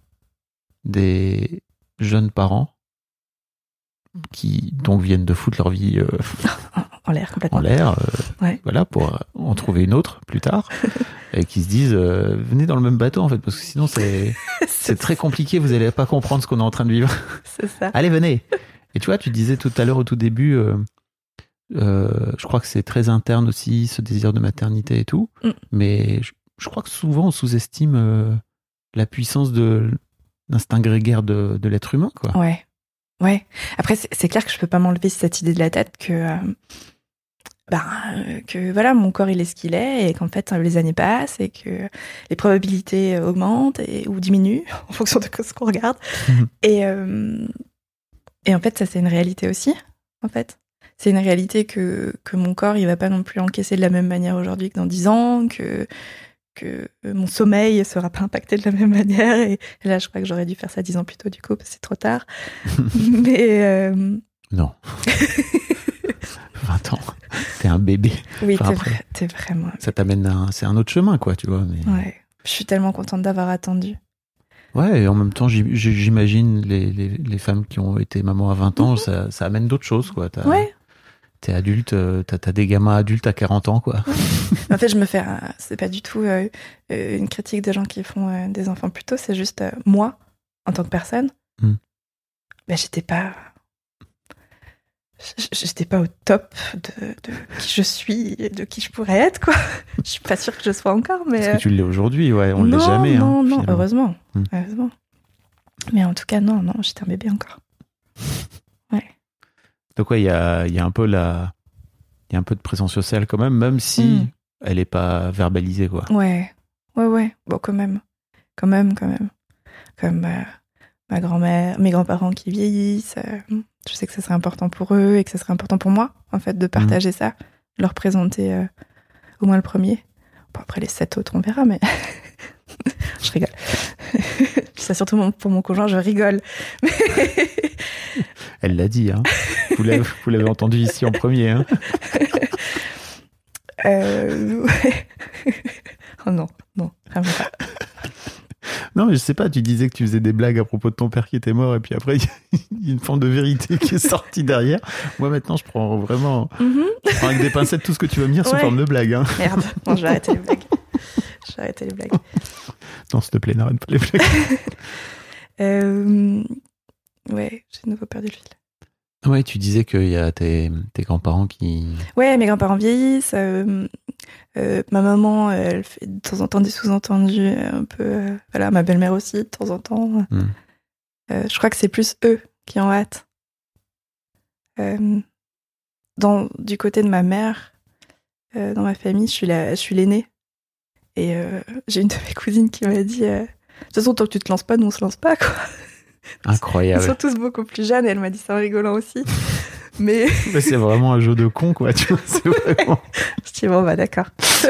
des jeunes parents qui donc viennent de foutre leur vie euh, En l'air, complètement. en l'air, euh, Ouais. voilà, pour en trouver une autre plus tard, et qui se disent euh, venez dans le même bateau en fait, parce que sinon c'est c'est très compliqué, vous allez pas comprendre ce qu'on est en train de vivre. C'est ça. Allez, venez. Et tu vois, tu disais tout à l'heure au tout début, euh, euh, je crois que c'est très interne aussi, ce désir de maternité et tout, Mm. mais je, je crois que souvent on sous-estime euh, la puissance de l'instinct grégaire de, de l'être humain, quoi. Ouais. Ouais. Après, c'est, c'est clair que je peux pas m'enlever cette idée de la tête que, euh, bah, euh, que voilà, mon corps il est ce qu'il est et qu'en fait les années passent et que les probabilités augmentent et, ou diminuent en fonction de ce qu'on regarde. Mhm. Et, euh, et en fait, ça c'est une réalité aussi. En fait, c'est une réalité que que mon corps il va pas non plus encaisser de la même manière aujourd'hui que dans dix ans, que que mon sommeil sera pas impacté de la même manière. Et là, je crois que j'aurais dû faire ça dix ans plus tôt, du coup, parce que c'est trop tard. Mais... Euh... Non. vingt ans. T'es un bébé. Oui, Enfin, t'es, après, vrai, t'es vraiment... Ça t'amène à un, c'est un autre chemin, quoi, tu vois. Mais... Ouais. Je suis tellement contente d'avoir attendu. Ouais, et en même temps, j'im- j'imagine les, les, les femmes qui ont été mamans à vingt ans, Mhm. ça, ça amène d'autres choses, quoi. T'as, Ouais. t'es adulte, euh, t'as, t'as des gamins adultes à quarante ans, quoi. En fait, je me fais... Euh, c'est pas du tout euh, une critique des gens qui font euh, des enfants plus tôt, c'est juste euh, moi, en tant que personne, mm. ben, j'étais pas... J'étais pas au top de, de qui je suis et de qui je pourrais être, quoi. Je suis pas sûre que je sois encore, mais... Parce que tu l'es aujourd'hui, ouais, on non, l'est jamais. Non, hein, non, heureusement, mm. heureusement. Mais en tout cas, non, non, j'étais un bébé encore. Ouais. Donc ouais, il y a, y a un peu la... Il y a un peu de pression sociale quand même, même si mm. elle est pas verbalisée, quoi. Ouais, ouais, ouais. Bon, quand même. Quand même, quand même. Comme euh, ma grand-mère, mes grands-parents qui vieillissent... Euh, je sais que ça serait important pour eux et que ça serait important pour moi, en fait, de partager mmh. ça, leur présenter euh, au moins le premier. Bon, après, les sept autres, on verra, mais je rigole. C'est surtout pour mon conjoint, je rigole. Elle l'a dit, hein. Vous l'avez, vous l'avez entendu ici en premier, hein. euh... oh non, non, vraiment pas. Non, mais je sais pas, tu disais que tu faisais des blagues à propos de ton père qui était mort, et puis après, il y a une forme de vérité qui est sortie derrière. Moi, maintenant, je prends vraiment... Mm-hmm. Je prends avec des pincettes tout ce que tu vas me dire ouais. sous forme de blague. Hein. Merde, non, je vais arrêter les blagues. Je vais arrêter les blagues. Non, s'il te plaît, n'arrête pas les blagues. euh... Ouais, j'ai de nouveau perdu le fil. Ouais, tu disais qu'il y a tes, tes grands-parents qui... Ouais, mes grands-parents vieillissent. Euh, euh, ma maman, elle fait de temps en temps des sous-entendus un peu... Euh, voilà, ma belle-mère aussi, de temps en temps. Mm. Euh, je crois que c'est plus eux qui ont hâte. Euh, dans, du côté de ma mère, euh, dans ma famille, je suis, la, je suis l'aînée. Et euh, j'ai une de mes cousines qui m'a dit... Euh, de toute façon, tant que tu te lances pas, nous, on se lance pas, quoi. Incroyable. Ils sont tous beaucoup plus jeunes et elle m'a dit ça en rigolant aussi. Mais, mais c'est vraiment un jeu de con, quoi. Tu vois, c'est vraiment... Je dis bon, bah d'accord.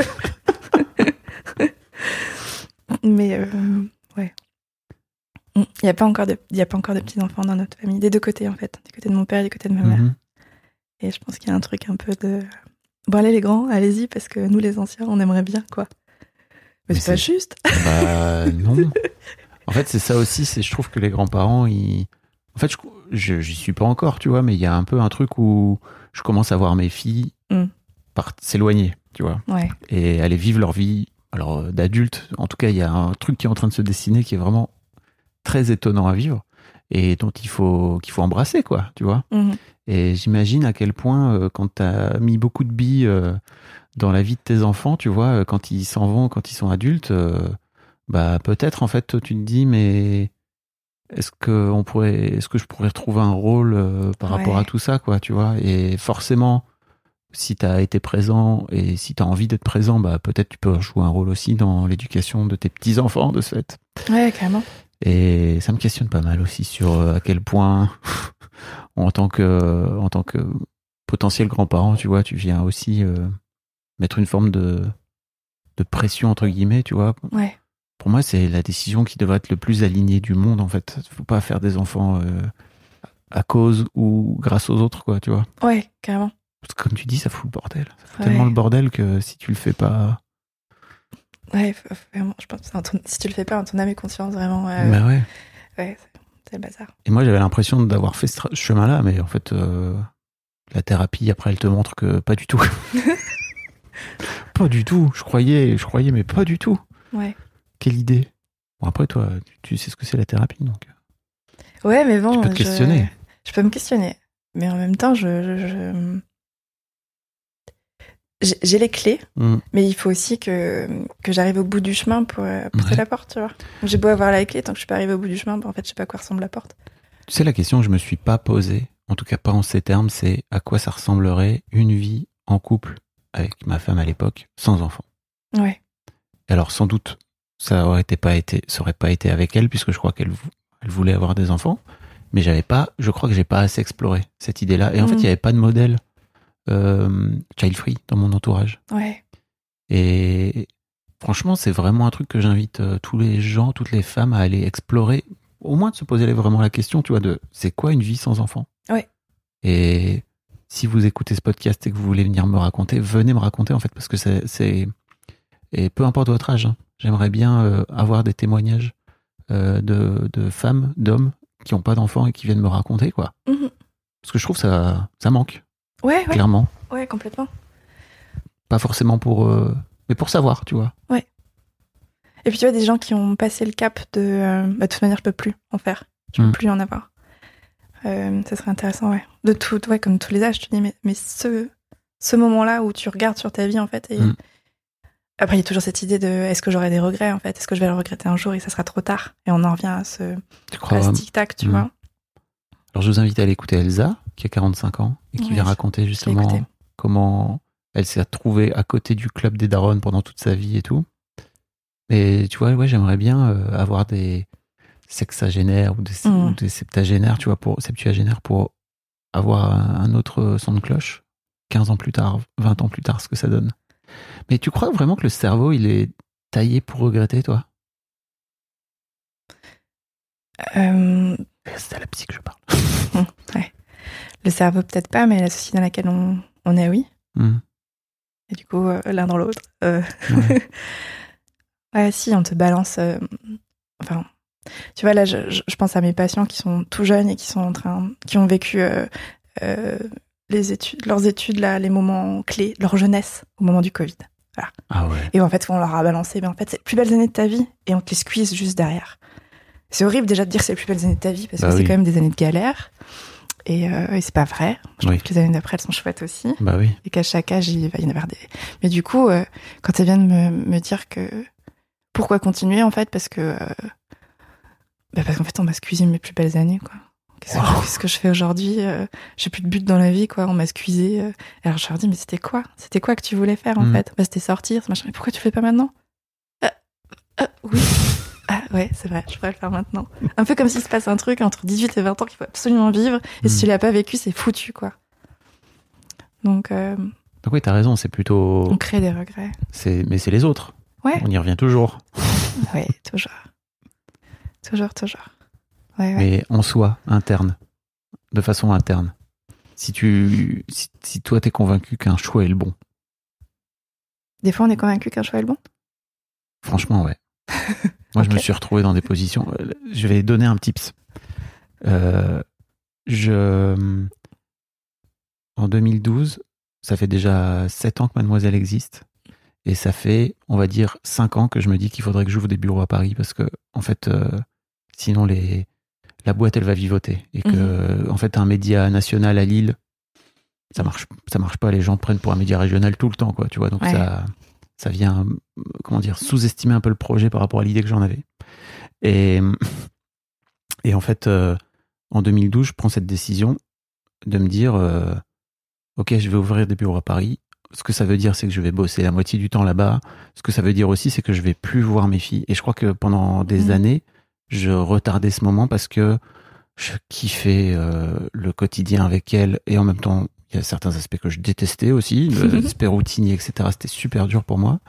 Mais euh, ouais. Il n'y a pas encore de, il y a pas encore de petits-enfants dans notre famille. Des deux côtés, en fait. Du côté de mon père et du côté de ma mère. Mm-hmm. Et je pense qu'il y a un truc un peu de... Bon, allez les grands, allez-y, parce que nous, les anciens, on aimerait bien, quoi. Mais, mais c'est, c'est pas juste. Bah non. En fait, c'est ça aussi, c'est, je trouve que les grands-parents, ils... En fait, je, je, j'y suis pas encore, tu vois, mais il y a un peu un truc où je commence à voir mes filles mm. part... s'éloigner, tu vois, ouais. et aller vivre leur vie, alors d'adultes. En tout cas, il y a un truc qui est en train de se dessiner qui est vraiment très étonnant à vivre et dont il faut, qu'il faut embrasser, quoi, tu vois. Mm. Et j'imagine à quel point, euh, quand t'as mis beaucoup de billes euh, dans la vie de tes enfants, tu vois, quand ils s'en vont, quand ils sont adultes... Euh, bah peut-être en fait tu te dis mais est-ce que on pourrait est-ce que je pourrais retrouver un rôle euh, par ouais. rapport à tout ça, quoi, tu vois. Et forcément si tu as été présent et si tu as envie d'être présent, bah peut-être tu peux jouer un rôle aussi dans l'éducation de tes petits enfants de ce fait. Ouais, carrément. Et ça me questionne pas mal aussi sur euh, à quel point en tant que en tant que potentiel grand-parent, tu vois, tu viens aussi euh, mettre une forme de de pression entre guillemets, tu vois. Ouais. Pour moi, c'est la décision qui devrait être le plus alignée du monde, en fait. Il ne faut pas faire des enfants euh, à cause ou grâce aux autres, quoi, tu vois. Ouais, carrément. Parce que comme tu dis, ça fout le bordel. Ça fout ouais. tellement le bordel que si tu le fais pas... Ouais, vraiment, je pense que ton... si tu le fais pas, en ton âme et conscience, vraiment... Euh... Bah ouais. Ouais, c'est le bazar. Et moi, j'avais l'impression d'avoir fait ce tra- chemin-là, mais en fait, euh, la thérapie, après, elle te montre que pas du tout. Pas du tout. Je croyais, je croyais, mais pas du tout. Ouais. Quelle idée. Bon, après, toi, tu, tu sais ce que c'est la thérapie, donc. Ouais, mais bon. Tu peux te questionner. Je, je peux me questionner. Mais en même temps, je. je, je... J'ai, j'ai les clés, mm. mais il faut aussi que, que j'arrive au bout du chemin pour pousser ouais. la porte, tu vois. Donc, j'ai beau avoir la clé, tant que je suis pas arrivée au bout du chemin, bah, en fait, je sais pas à quoi ressemble la porte. Tu sais, la question que je me suis pas posée, en tout cas pas en ces termes, c'est à quoi ça ressemblerait une vie en couple avec ma femme à l'époque, sans enfant. Ouais. Alors, sans doute, ça aurait été pas été, ça aurait pas été avec elle, puisque je crois qu'elle elle voulait avoir des enfants, mais j'avais pas, je crois que j'ai pas assez exploré cette idée-là. Et en mmh. fait, il y avait pas de modèle euh, child-free dans mon entourage. Ouais. Et franchement, c'est vraiment un truc que j'invite euh, tous les gens, toutes les femmes à aller explorer, au moins de se poser vraiment la question, tu vois, de c'est quoi une vie sans enfant. Ouais. Et si vous écoutez ce podcast et que vous voulez venir me raconter, venez me raconter, en fait, parce que c'est, c'est... et peu importe votre âge, hein, j'aimerais bien euh, avoir des témoignages euh, de, de femmes, d'hommes qui n'ont pas d'enfants et qui viennent me raconter, quoi. Mmh. Parce que je trouve que ça, ça manque. Ouais, ouais. Clairement. Ouais, complètement. Pas forcément pour... Euh, mais pour savoir, tu vois. Ouais. Et puis tu vois, des gens qui ont passé le cap de... Euh, bah, de toute manière, je peux plus en faire. Je peux Mm. plus en avoir. Euh, ça serait intéressant, ouais. De tout, ouais, comme tous les âges, tu te dis, mais, mais ce, ce moment-là où tu regardes sur ta vie, en fait, et... Mm. Après, il y a toujours cette idée de est-ce que j'aurai des regrets, en fait? Est-ce que je vais le regretter un jour et ça sera trop tard? Et on en revient à ce, Tu crois à ce vraiment tic-tac, tu Mm. vois. Alors, je vous invite à aller écouter Elsa, qui a quarante-cinq ans, et qui Ouais, vient je- raconter justement écouté. comment elle s'est retrouvée à côté du club des darons pendant toute sa vie et tout. Et tu vois, ouais, j'aimerais bien euh, avoir des sexagénaires ou des, Mm. ou des septagénaires, tu vois, pour, septuagénaires pour avoir un, un autre son de cloche, quinze ans plus tard, vingt ans plus tard, ce que ça donne. Mais tu crois vraiment que le cerveau, il est taillé pour regretter, toi? Euh, C'est à la psy que je parle. ouais. Le cerveau, peut-être pas, mais la société dans laquelle on, on est, oui. Mm. Et du coup, euh, l'un dans l'autre. Euh... Ouais. ouais, si, on te balance. euh, Enfin, tu vois, là, je, je- je pense à mes patients qui sont tout jeunes et qui sont en train. qui ont vécu euh, euh, les études, leurs études, là, les moments clés, leur jeunesse au moment du Covid. Ah ouais. Et en fait, on leur a balancé, mais en fait, c'est les plus belles années de ta vie et on te les squeeze juste derrière. C'est horrible déjà de dire que c'est les plus belles années de ta vie parce Bah que oui. c'est quand même des années de galère. Et, euh, et c'est pas vrai. Je Oui. trouve que les années d'après, elles sont chouettes aussi. Bah oui. Et qu'à chaque âge, il va y en avoir des. Mais du coup, euh, quand elles viennent me, me dire que. Pourquoi continuer, en fait? Parce que. Euh, bah parce qu'en fait, on m'a squeezé mes plus belles années, quoi. Qu'est-ce, que, Wow. qu'est-ce que je fais aujourd'hui? euh, J'ai plus de but dans la vie, quoi. On m'a squeezé. euh. Alors je leur dis, mais c'était quoi? C'était quoi que tu voulais faire, en Mm. fait? Bah, c'était sortir, ce machin. Mais pourquoi tu le fais pas maintenant? Euh, euh, oui. Ah ouais, c'est vrai, je pourrais le faire maintenant. Un peu comme s'il se passe un truc entre dix-huit et vingt ans qu'il faut absolument vivre. Et si Mm. tu l'as pas vécu, c'est foutu, quoi. Donc, euh, Donc oui, t'as raison, c'est plutôt... on crée des regrets. C'est... Mais c'est les autres. Ouais. On y revient toujours. Ouais, toujours. Toujours, toujours. Ouais, ouais. Mais en soi, interne. De façon interne. Si tu... Si, si toi, t'es convaincu qu'un choix est le bon. Des fois, on est convaincu qu'un choix est le bon. Franchement, ouais. Moi, je Ok. me suis retrouvé dans des positions... Je vais donner un tips. Euh, je... En deux mille douze, ça fait déjà sept ans que Mademoiselle existe. Et ça fait, on va dire, cinq ans que je me dis qu'il faudrait que j'ouvre des bureaux à Paris parce que, en fait, euh, sinon, les, la boîte, elle va vivoter. Et que, en fait, un média national à Lille, ça marche, ça marche pas. Les gens te prennent pour un média régional tout le temps, quoi, tu vois. Donc, Ouais. ça, ça vient, comment dire, sous-estimer un peu le projet par rapport à l'idée que j'en avais. Et, et en fait, euh, en deux mille douze, je prends cette décision de me dire, euh, ok, je vais ouvrir des bureaux à Paris. Ce que ça veut dire, c'est que je vais bosser la moitié du temps là-bas. Ce que ça veut dire aussi, c'est que je vais plus voir mes filles. Et je crois que pendant des Mmh. années, je retardais ce moment parce que je kiffais euh, le quotidien avec elles. Et en même temps, il y a certains aspects que je détestais aussi. L'aspect routinier, et cetera. C'était super dur pour moi.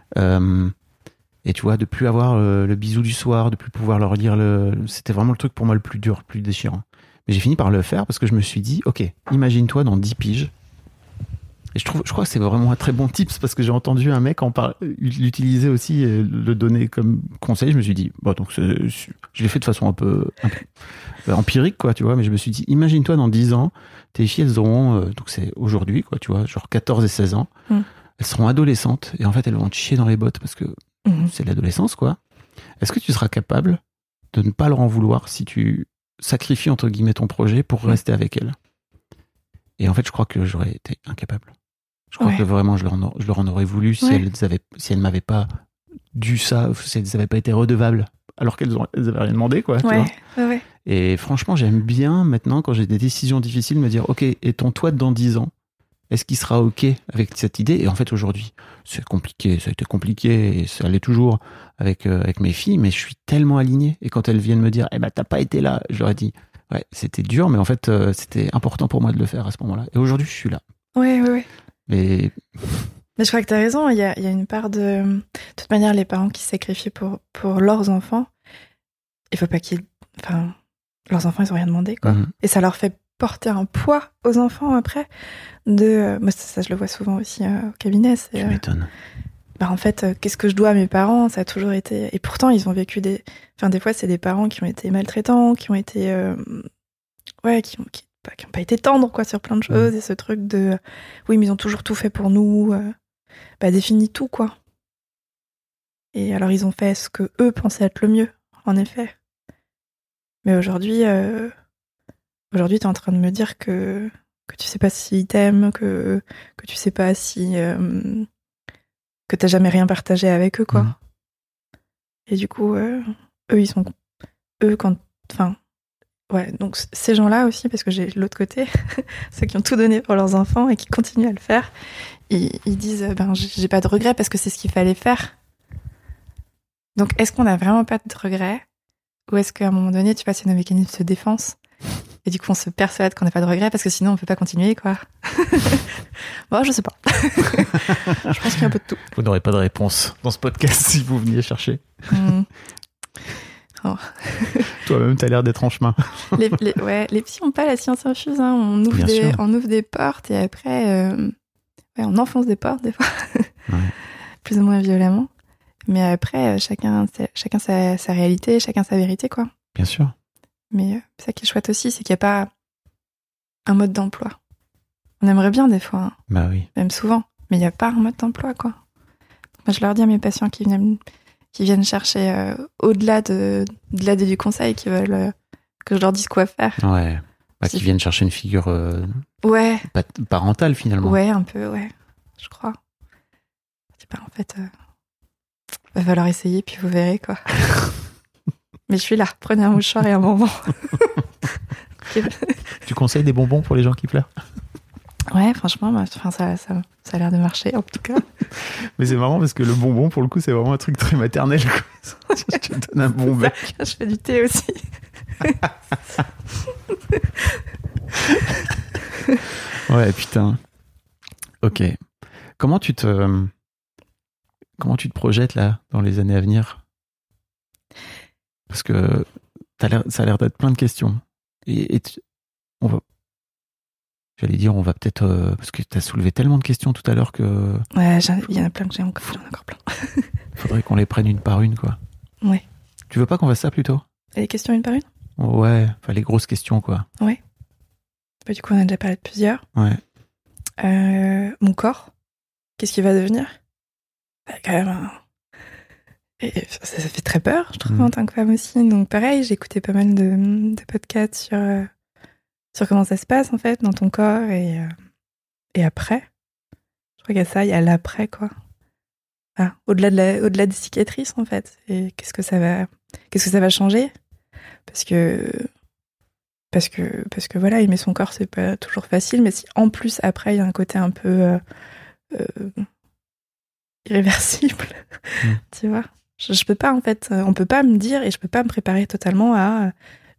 Euh, et tu vois, de plus avoir euh, le bisou du soir, de plus pouvoir leur lire le... C'était vraiment le truc pour moi le plus dur, le plus déchirant. Mais j'ai fini par le faire parce que je me suis dit, ok, imagine-toi dans dix piges. Et je trouve, je crois que c'est vraiment un très bon tips parce que j'ai entendu un mec en par... l'utiliser aussi et le donner comme conseil. Je me suis dit, bon, donc c'est... je l'ai fait de façon un peu, un peu empirique, quoi, tu vois. Mais je me suis dit, imagine-toi dans dix ans, tes filles, elles auront, euh, donc c'est aujourd'hui, quoi, tu vois, genre quatorze et seize ans. Mm. Elles seront adolescentes et en fait, elles vont te chier dans les bottes parce que Mmh. c'est l'adolescence, quoi. Est-ce que tu seras capable de ne pas leur en vouloir si tu sacrifies, entre guillemets, ton projet pour rester avec elles? Et en fait, je crois que j'aurais été incapable. Je crois Ouais. que vraiment, je leur, en, je leur en aurais voulu si Ouais. elles avaient, si elles m'avaient pas dû ça, si elles n'avaient pas été redevables, alors qu'elles ont, elles avaient rien demandé, quoi. Tu Ouais, vois. ouais, ouais. Et franchement, j'aime bien maintenant, quand j'ai des décisions difficiles, me dire, ok, et ton toi dans dix ans, est-ce qu'il sera ok avec cette idée? Et en fait, aujourd'hui, c'est compliqué, ça a été compliqué, et ça l'est toujours avec, euh, avec mes filles, mais je suis tellement aligné. Et quand elles viennent me dire, eh ben, t'as pas été là, je leur ai dit, ouais, c'était dur, mais en fait, euh, c'était important pour moi de le faire à ce moment-là. Et aujourd'hui, je suis là. Ouais, ouais, ouais. Mais Mais je crois que t'as raison, il y a, il y a une part de... De toute manière, les parents qui se sacrifient pour, pour leurs enfants, il faut pas qu'ils... Enfin, leurs enfants, ils ont rien demandé, quoi. Mhm. Et ça leur fait porter un poids aux enfants, après, de... Moi, ça, ça, je le vois souvent aussi euh, au cabinet, c'est... tu euh, m'étonnes. bah, en fait, euh, qu'est-ce que je dois à mes parents? Ça a toujours été... Et pourtant, ils ont vécu des... Enfin, des fois, c'est des parents qui ont été maltraitants, qui ont été... euh, Ouais, qui ont... Qui... bah, qui ont pas été tendres, quoi, sur plein de choses. Mmh. Et ce truc de, oui, mais ils ont toujours tout fait pour nous. Euh, bah, définit tout, quoi. Et alors, ils ont fait ce que eux pensaient être le mieux, en effet. Mais aujourd'hui, euh, aujourd'hui, t'es en train de me dire que, que tu sais pas s'ils t'aiment, que, que tu sais pas si, euh, que t'as jamais rien partagé avec eux, quoi. Mmh. Et du coup, euh, eux, ils sont, eux, quand, enfin, ouais, donc ces gens-là aussi, parce que j'ai l'autre côté, ceux qui ont tout donné pour leurs enfants et qui continuent à le faire, ils, ils disent, ben, j'ai pas de regrets parce que c'est ce qu'il fallait faire. Donc, est-ce qu'on a vraiment pas de regrets? Ou est-ce qu'à un moment donné, tu vois, c'est nos mécanismes de défense? Et du coup, on se persuade qu'on n'a pas de regrets parce que sinon, on peut pas continuer, quoi. Bon, je sais pas. Je pense qu'il y a un peu de tout. Vous n'aurez pas de réponse dans ce podcast si vous veniez chercher. Mmh. Oh. Toi-même, t'as l'air d'être en chemin. les, les, ouais, les petits n'ont pas la science infuse. Hein. On, ouvre des, on ouvre des portes et après, euh, ouais, on enfonce des portes des fois, ouais. Plus ou moins violemment. Mais après, chacun, chacun sa, sa réalité, chacun sa vérité, quoi. Bien sûr. Mais euh, ça qui est chouette aussi, c'est qu'il n'y a pas un mode d'emploi. On aimerait bien des fois, hein. Bah oui. Même souvent, mais il n'y a pas un mode d'emploi, quoi. Moi, je leur dis à mes patients qui viennent, qui viennent chercher euh, au-delà de, de l'aide et du conseil, qui veulent euh, que je leur dise quoi faire. Ouais. Bah, qui viennent chercher une figure euh, ouais. parentale, finalement. Ouais, un peu, ouais. Je crois. C'est pas, en fait, euh, va falloir essayer, puis vous verrez, quoi. Mais je suis là. Prenez un mouchoir et un bonbon. Tu conseilles des bonbons pour les gens qui pleurent? Ouais, franchement, bah, ça, ça, ça a l'air de marcher, en tout cas. Mais c'est marrant parce que le bonbon, pour le coup, c'est vraiment un truc très maternel. Je te donne un bon bec. Je fais du thé aussi. Ouais, putain. Ok. Comment tu te, comment tu te projettes là dans les années à venir? Parce que t'as l'air, ça a l'air d'être plein de questions. Et, et tu, on va, j'allais dire, on va peut-être, euh, parce que t'as soulevé tellement de questions tout à l'heure que. Ouais, il y en a plein que j'ai encore, j'en ai encore plein. Faudrait qu'on les prenne une par une, quoi. Ouais. Tu veux pas qu'on fasse ça plutôt? Les questions une par une? Ouais, enfin les grosses questions, quoi. Ouais. Bah, du coup, on a déjà parlé de plusieurs. Ouais. Euh, mon corps, qu'est-ce qu'il va devenir? Bah, quand même, un... Et ça, ça fait très peur, je trouve, mmh. en tant que femme aussi. Donc pareil, j'ai écouté pas mal de, de podcasts sur, euh, sur comment ça se passe, en fait, dans ton corps et, euh, et après. Je crois qu'il y a ça, il y a l'après, quoi. Ah, au-delà de la, au-delà des cicatrices, en fait. Et qu'est-ce que ça va, qu'est-ce que ça va changer? Parce que, parce que, parce que voilà, aimer son corps, c'est pas toujours facile, mais si en plus, après, il y a un côté un peu euh, euh, irréversible, mmh. tu vois. Je, je peux pas, en fait, on peut pas me dire et je peux pas me préparer totalement à.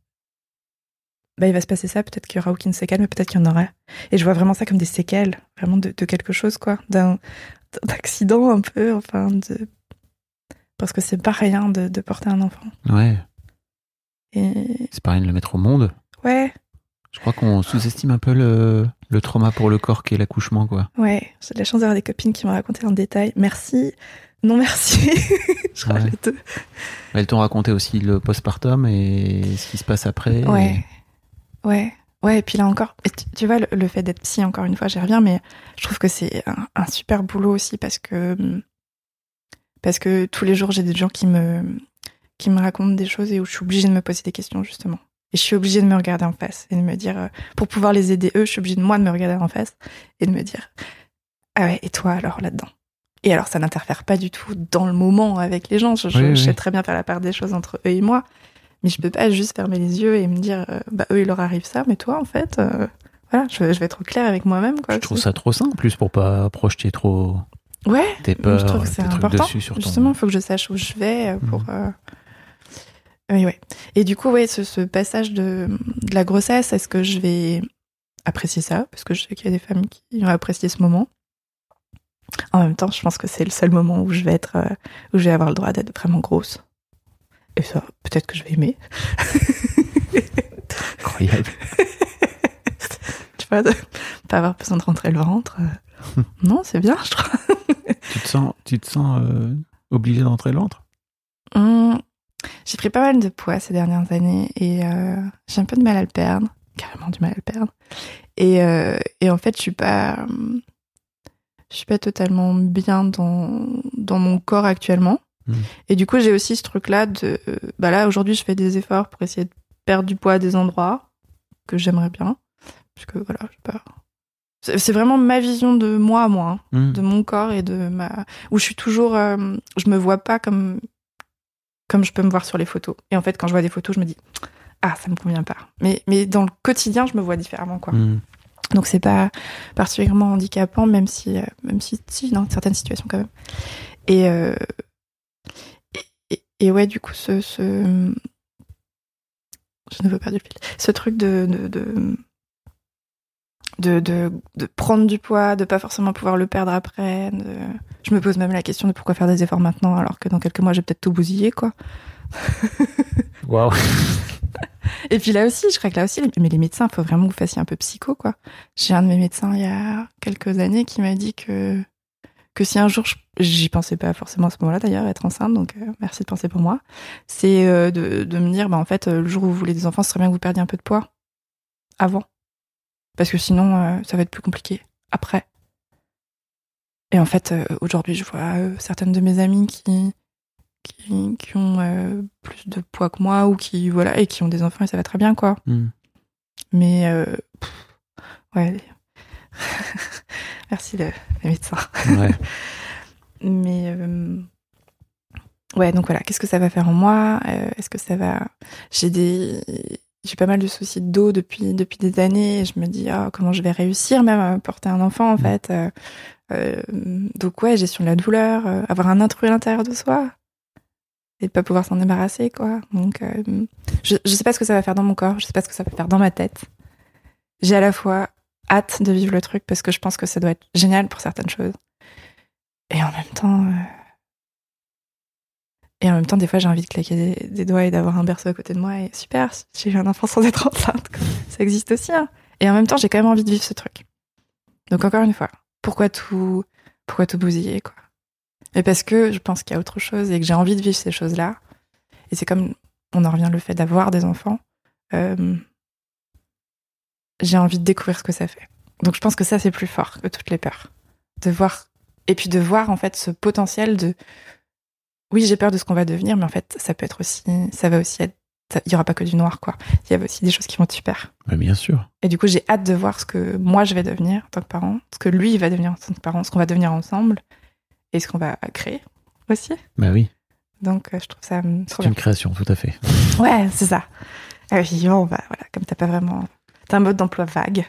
Bah, il va se passer ça, peut-être qu'il y aura aucune séquelle, mais peut-être qu'il y en aura. Et je vois vraiment ça comme des séquelles, vraiment de, de quelque chose, quoi, d'un, d'un accident un peu, enfin, de. Parce que c'est pas rien de, de porter un enfant. Ouais. Et... C'est pas rien de le mettre au monde. Ouais. Je crois qu'on sous-estime un peu le, le trauma pour le corps qui est l'accouchement, quoi. Ouais, j'ai de la chance d'avoir des copines qui m'ont raconté en détail. Merci. Non, merci. Je crois ouais. les deux. Elles t'ont raconté aussi le postpartum et ce qui se passe après. Ouais. Et... Ouais. Ouais, et puis là encore, et tu, tu vois, le, le fait d'être psy, encore une fois, j'y reviens, mais je trouve que c'est un, un super boulot aussi parce que, parce que tous les jours, j'ai des gens qui me, qui me racontent des choses et où je suis obligée de me poser des questions, justement. Et je suis obligée de me regarder en face et de me dire, euh, pour pouvoir les aider eux, je suis obligée de moi de me regarder en face et de me dire, ah ouais, et toi alors là-dedans? Et alors, ça n'interfère pas du tout dans le moment avec les gens. Je, oui, je, oui. je sais très bien faire la part des choses entre eux et moi. Mais je peux pas juste fermer les yeux et me dire, euh, bah, eux, il leur arrive ça, mais toi, en fait, euh, voilà, je, je vais être au clair avec moi-même, quoi. Je trouve ça trop sain, en plus, pour pas projeter trop. Ouais. Tes peurs, je trouve que c'est important. Dessus sur ton... Justement, il faut que je sache où je vais pour. Mmh. Euh... Oui, ouais. Et du coup, ouais, ce, ce passage de, de la grossesse, est-ce que je vais apprécier ça? Parce que je sais qu'il y a des femmes qui ont apprécié ce moment. En même temps, je pense que c'est le seul moment où je vais être, euh, où je vais avoir le droit d'être vraiment grosse. Et ça, peut-être que je vais aimer. Incroyable. Tu vois, de pas avoir besoin de rentrer le ventre. Euh... non, c'est bien, je crois. Tu te sens, tu te sens euh, obligée de rentrer le ventre? Mmh. J'ai pris pas mal de poids ces dernières années et euh, j'ai un peu de mal à le perdre. carrément du mal à le perdre. Et, euh, et en fait, je suis pas, je suis pas totalement bien dans, dans mon corps actuellement. Mmh. Et du coup, j'ai aussi ce truc-là de, bah là, aujourd'hui, je fais des efforts pour essayer de perdre du poids à des endroits que j'aimerais bien. Parce que voilà, je sais pas. C'est, c'est vraiment ma vision de moi à moi, hein, mmh. de mon corps et de ma, où je suis toujours, euh, je me vois pas comme, comme je peux me voir sur les photos. Et en fait, quand je vois des photos, je me dis, ah, ça me convient pas. Mais, mais dans le quotidien, je me vois différemment, quoi. Mmh. Donc, c'est pas particulièrement handicapant, même si, euh, même si, si, dans certaines situations, quand même. Et, euh, et, et, et ouais, du coup, ce, ce, je ne veux pas du fil. Ce truc de, de, de, de, de, de prendre du poids, de pas forcément pouvoir le perdre après. De... Je me pose même la question de pourquoi faire des efforts maintenant, alors que dans quelques mois, j'ai peut-être tout bousillé, quoi. Waouh. Et puis là aussi, je crois que là aussi, mais les médecins, il faut vraiment que vous fassiez un peu psycho, quoi. J'ai un de mes médecins il y a quelques années qui m'a dit que, que si un jour, je, j'y pensais pas forcément à ce moment-là d'ailleurs, être enceinte, donc euh, merci de penser pour moi, c'est euh, de, de me dire, bah, en fait, euh, le jour où vous voulez des enfants, ce serait bien que vous perdiez un peu de poids avant. Parce que sinon, euh, ça va être plus compliqué après. Et en fait, euh, aujourd'hui, je vois euh, certaines de mes amies qui... Qui, qui ont euh, plus de poids que moi ou qui voilà et qui ont des enfants et ça va très bien, quoi. Mm. Mais euh, pff, ouais merci le, les médecins. Ouais. Mais euh, ouais, donc voilà, qu'est-ce que ça va faire en moi, euh, est-ce que ça va, j'ai des j'ai pas mal de soucis de dos depuis depuis des années et je me dis oh, comment je vais réussir même à porter un enfant en mm. fait. Euh, euh, donc ouais, gestion de la douleur, euh, avoir un intrus à l'intérieur de soi et de pas pouvoir s'en débarrasser, quoi. Donc, euh, je, je sais pas ce que ça va faire dans mon corps, je sais pas ce que ça va faire dans ma tête. J'ai à la fois hâte de vivre le truc parce que je pense que ça doit être génial pour certaines choses. Et en même temps, euh... et en même temps, des fois, j'ai envie de claquer des, des doigts et d'avoir un berceau à côté de moi et super, j'ai eu un enfant sans être enceinte, quoi. Ça existe aussi, hein. Et en même temps, j'ai quand même envie de vivre ce truc. Donc encore une fois, pourquoi tout, pourquoi tout bousiller, quoi. Mais parce que je pense qu'il y a autre chose et que j'ai envie de vivre ces choses-là. Et c'est comme, on en revient le fait d'avoir des enfants. Euh, j'ai envie de découvrir ce que ça fait. Donc je pense que ça, c'est plus fort que toutes les peurs. De voir, et puis de voir en fait ce potentiel de, oui, j'ai peur de ce qu'on va devenir, mais en fait, ça peut être aussi, ça va aussi être, il y aura pas que du noir, quoi. Il y a aussi des choses qui vont être super. Bah, bien sûr. Et du coup, j'ai hâte de voir ce que moi, je vais devenir en tant que parent, ce que lui, il va devenir en tant que parent, ce qu'on va devenir ensemble. Et ce qu'on va créer aussi. Bah oui. Donc, euh, je trouve ça... C'est une bien. Création, tout à fait. Ouais, c'est ça. Euh, bon, bah, voilà, comme t'as pas vraiment... T'as un mode d'emploi vague.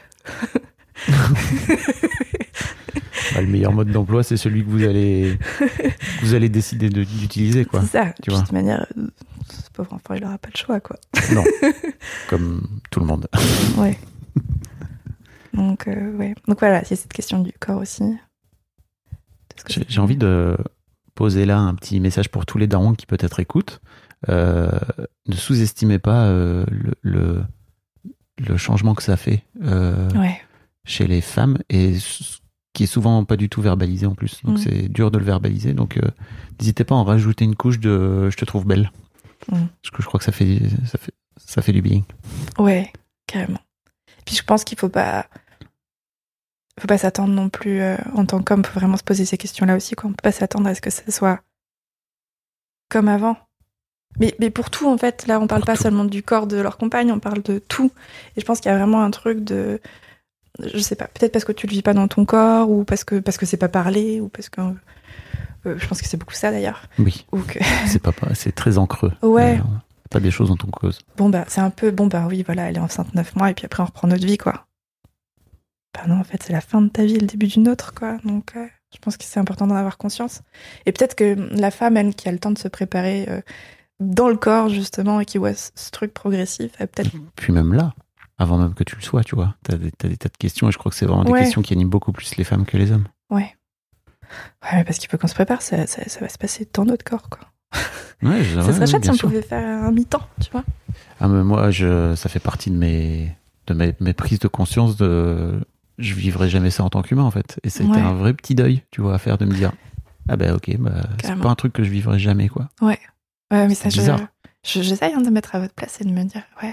Bah, le meilleur mode d'emploi, c'est celui que vous allez, que vous allez décider de, d'utiliser, quoi. C'est ça. Tu de vois. toute manière, ce pauvre enfant, il aura pas le choix, quoi. Non. Comme tout le monde. Ouais. Donc, euh, ouais. Donc voilà, il y a cette question du corps aussi. J'ai, j'ai envie de poser là un petit message pour tous les darons qui peut-être écoutent. Euh, ne sous-estimez pas euh, le, le, le changement que ça fait euh, ouais. chez les femmes et qui est souvent pas du tout verbalisé en plus. Donc mmh. c'est dur de le verbaliser. Donc euh, n'hésitez pas à en rajouter une couche de « je te trouve belle mmh. ». Parce que je crois que ça fait, ça fait, ça fait du bien. Ouais, carrément. Et puis je pense qu'il faut pas... faut pas s'attendre non plus euh, en tant qu'homme, faut vraiment se poser ces questions-là aussi, quoi. On peut pas s'attendre à ce que ça soit comme avant. Mais, mais pour tout, en fait, là, on parle pour pas tout. Seulement du corps de leur compagne, on parle de tout. Et je pense qu'il y a vraiment un truc de... Je sais pas, peut-être parce que tu le vis pas dans ton corps, ou parce que, parce que c'est pas parlé, ou parce que... Euh, je pense que c'est beaucoup ça, d'ailleurs. Oui, ou que... c'est, pas, c'est très en creux. Ouais. Euh, pas des choses dont on cause. Bon, bah, c'est un peu... Bon, bah oui, voilà, elle est enceinte neuf mois, et puis après, on reprend notre vie, quoi. Bah non, en fait, c'est la fin de ta vie, le début d'une autre, quoi. Donc, euh, je pense que c'est important d'en avoir conscience. Et peut-être que la femme, elle, qui a le temps de se préparer euh, dans le corps, justement, et qui voit ce, ce truc progressif, elle peut-être... Puis même là, avant même que tu le sois, tu vois, t'as des, t'as des tas de questions, et je crois que c'est vraiment des ouais. questions qui animent beaucoup plus les femmes que les hommes. Ouais. Ouais, mais parce qu'il faut qu'on se prépare, ça, ça, ça va se passer dans notre corps, quoi. Ouais, je, ça ouais, serait chouette si on sûr. pouvait faire un mi-temps, tu vois. Ah, mais moi, je, ça fait partie de mes, de mes, mes prises de conscience de... Je vivrai jamais ça en tant qu'humain, en fait. Et ça a été ouais. un vrai petit deuil, tu vois, à faire, de me dire ah ben ok, bah, c'est pas un truc que je vivrai jamais, quoi. Ouais. Ouais, mais ça, c'est bizarre. Je, je, j'essaye hein, de me mettre à votre place et de me dire ouais,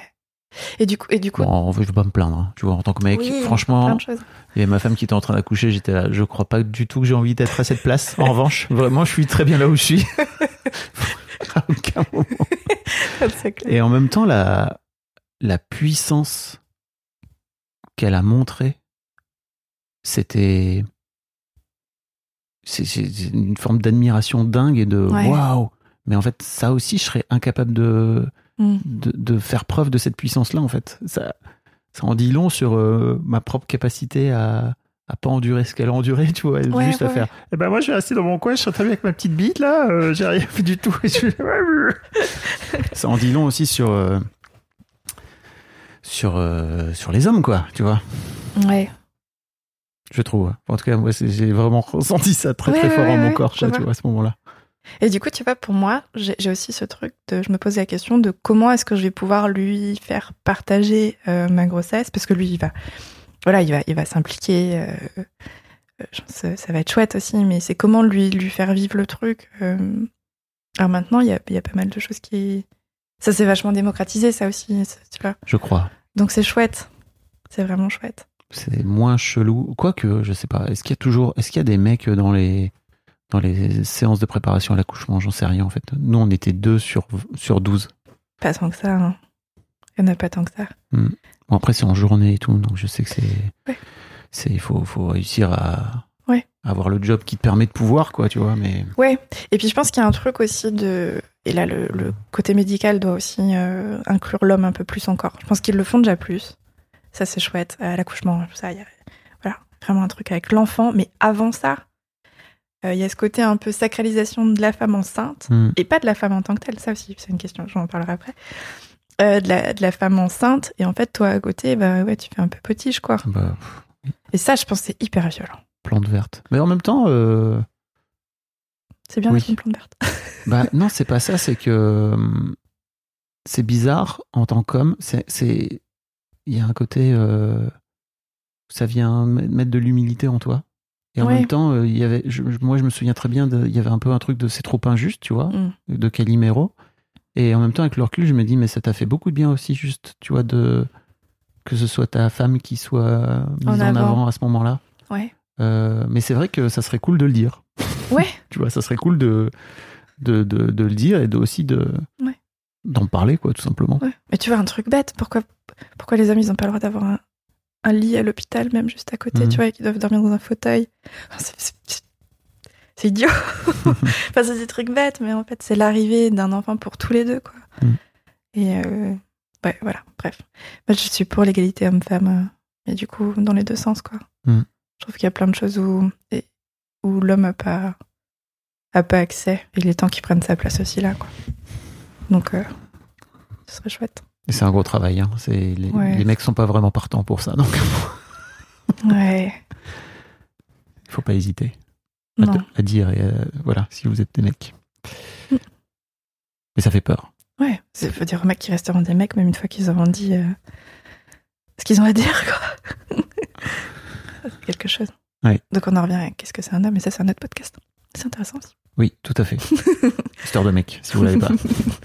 Et du coup, et du coup. Bon, je vais pas me plaindre, hein. Tu vois, en tant que mec, oui, franchement, il y avait ma femme qui était en train d'accoucher, j'étais là, je crois pas du tout que j'ai envie d'être à cette place. En revanche, vraiment, je suis très bien là où je suis. À aucun moment. C'est clair. Et en même temps, la, la puissance qu'elle a montrée, c'était c'est, c'est une forme d'admiration dingue et de waouh. Wow. Mais en fait, ça aussi, je serais incapable de, mm. de, de faire preuve de cette puissance-là, en fait. Ça, ça en dit long sur euh, ma propre capacité à, à pas endurer ce qu'elle a enduré, tu vois. Ouais, juste ouais. à faire, eh ben moi, je vais rester dans mon coin, je serai très bien avec ma petite bite, là, euh, j'ai rien fait du tout. Ça en dit long aussi sur, euh, sur, euh, sur les hommes, quoi, tu vois. Ouais. Je trouve. En tout cas, moi, c'est, j'ai vraiment ressenti ça très, ouais, très fort ouais, en ouais, mon corps, ouais, tu vois, à ce moment-là. Et du coup, tu vois, pour moi, j'ai, j'ai aussi ce truc de, je me pose la question de comment est-ce que je vais pouvoir lui faire partager euh, ma grossesse, parce que lui, il va, voilà, il va, il va s'impliquer. Euh, je pense que ça va être chouette aussi, mais c'est comment lui, lui faire vivre le truc. Euh... Alors maintenant, il y a, il y a pas mal de choses qui, ça s'est vachement démocratisé, ça aussi, tu vois. Je crois. Donc c'est chouette, c'est vraiment chouette. C'est moins chelou, quoique, je sais pas. Est-ce qu'il y a toujours, est-ce qu'il y a des mecs dans les dans les séances de préparation à l'accouchement? J'en sais rien, en fait. Nous, on était deux sur, sur douze. Pas tant que ça, hein. Il n'y en a pas tant que ça. Mmh. Bon, après, c'est en journée et tout, donc je sais que c'est... Ouais. c'est il faut, faut réussir à, ouais. à avoir le job qui te permet de pouvoir, quoi, tu vois, mais... Ouais, et puis je pense qu'il y a un truc aussi de... Et là, le, le côté médical doit aussi euh, inclure l'homme un peu plus encore. Je pense qu'ils le font déjà plus. Ça, c'est chouette. À l'accouchement, ça, il y a voilà, vraiment un truc avec l'enfant. Mais avant ça... Il euh, y a ce côté un peu sacralisation de la femme enceinte, mmh. et pas de la femme en tant que telle, ça aussi, c'est une question, j'en parlerai après, euh, de, la, de la femme enceinte, et en fait, toi, à côté, bah ouais, tu fais un peu potiche, quoi. Bah, et ça, je pense que c'est hyper violent. Plante verte. Mais en même temps... Euh... C'est bien oui. d'être une plante verte. Bah non, c'est pas ça, c'est que... C'est bizarre, en tant qu'homme, c'est... c'est... Il y a un côté... Euh... Ça vient mettre de l'humilité en toi. Et en ouais. même temps, euh, il y avait, je, moi, je me souviens très bien, il y avait un peu un truc de c'est trop injuste, tu vois, mm. de Calimero. Et en même temps, avec le recul, je me dis, mais ça t'a fait beaucoup de bien aussi, juste, tu vois, de, que ce soit ta femme qui soit mise en, en avant. avant à ce moment-là. Ouais. Euh, mais c'est vrai que ça serait cool de le dire. Ouais. Tu vois, ça serait cool de, de, de, de le dire et de, aussi de, ouais. d'en parler, quoi, tout simplement. Ouais. Mais tu vois, un truc bête, pourquoi, pourquoi les hommes, ils n'ont pas le droit d'avoir un. un lit à l'hôpital, même juste à côté, mmh. tu vois, et qui doivent dormir dans un fauteuil. C'est, c'est, c'est idiot. Enfin, c'est des trucs bêtes, mais en fait, c'est l'arrivée d'un enfant pour tous les deux, quoi. Mmh. Et euh, ouais, voilà, bref. Moi, je suis pour l'égalité homme-femme, mais du coup, dans les deux sens, quoi. Mmh. Je trouve qu'il y a plein de choses où, et, où l'homme n'a pas, a pas accès, et il est temps qu'il prenne sa place aussi là, quoi. Donc, euh, ce serait chouette. Et c'est un gros travail, hein. C'est, les, ouais. les mecs sont pas vraiment partants pour ça, donc. Ouais. Il faut pas hésiter à, te, à dire, et à, voilà, si vous êtes des mecs. Mm. Mais ça fait peur. Ouais, il faut dire aux mecs qui resteront des mecs, même une fois qu'ils auront dit euh, ce qu'ils ont à dire, quoi. C'est quelque chose. Ouais. Donc on en revient à qu'est-ce que c'est un homme, et ça, c'est un autre podcast. C'est intéressant aussi. Oui, tout à fait. Histoire de mec, si vous l'avez pas.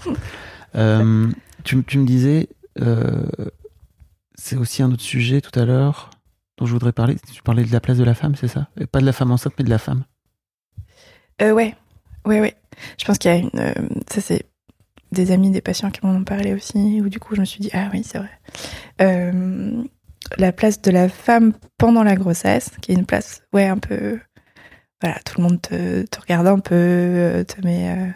euh, Tu, tu me disais, euh, c'est aussi un autre sujet tout à l'heure dont je voudrais parler. Tu parlais de la place de la femme, c'est ça? Et pas de la femme enceinte, mais de la femme. Euh, ouais, ouais, ouais. Je pense qu'il y a une. Euh, ça, c'est des amis, des patients qui m'en ont parlé aussi, où du coup, je me suis dit, ah oui, c'est vrai. Euh, la place de la femme pendant la grossesse, qui est une place, ouais, un peu. Voilà, tout le monde te, te regarde un peu, te met. Euh,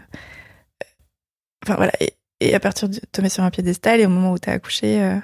enfin, voilà. Et, Et à partir de te mettre sur un piédestal, et au moment où t'as accouché, euh,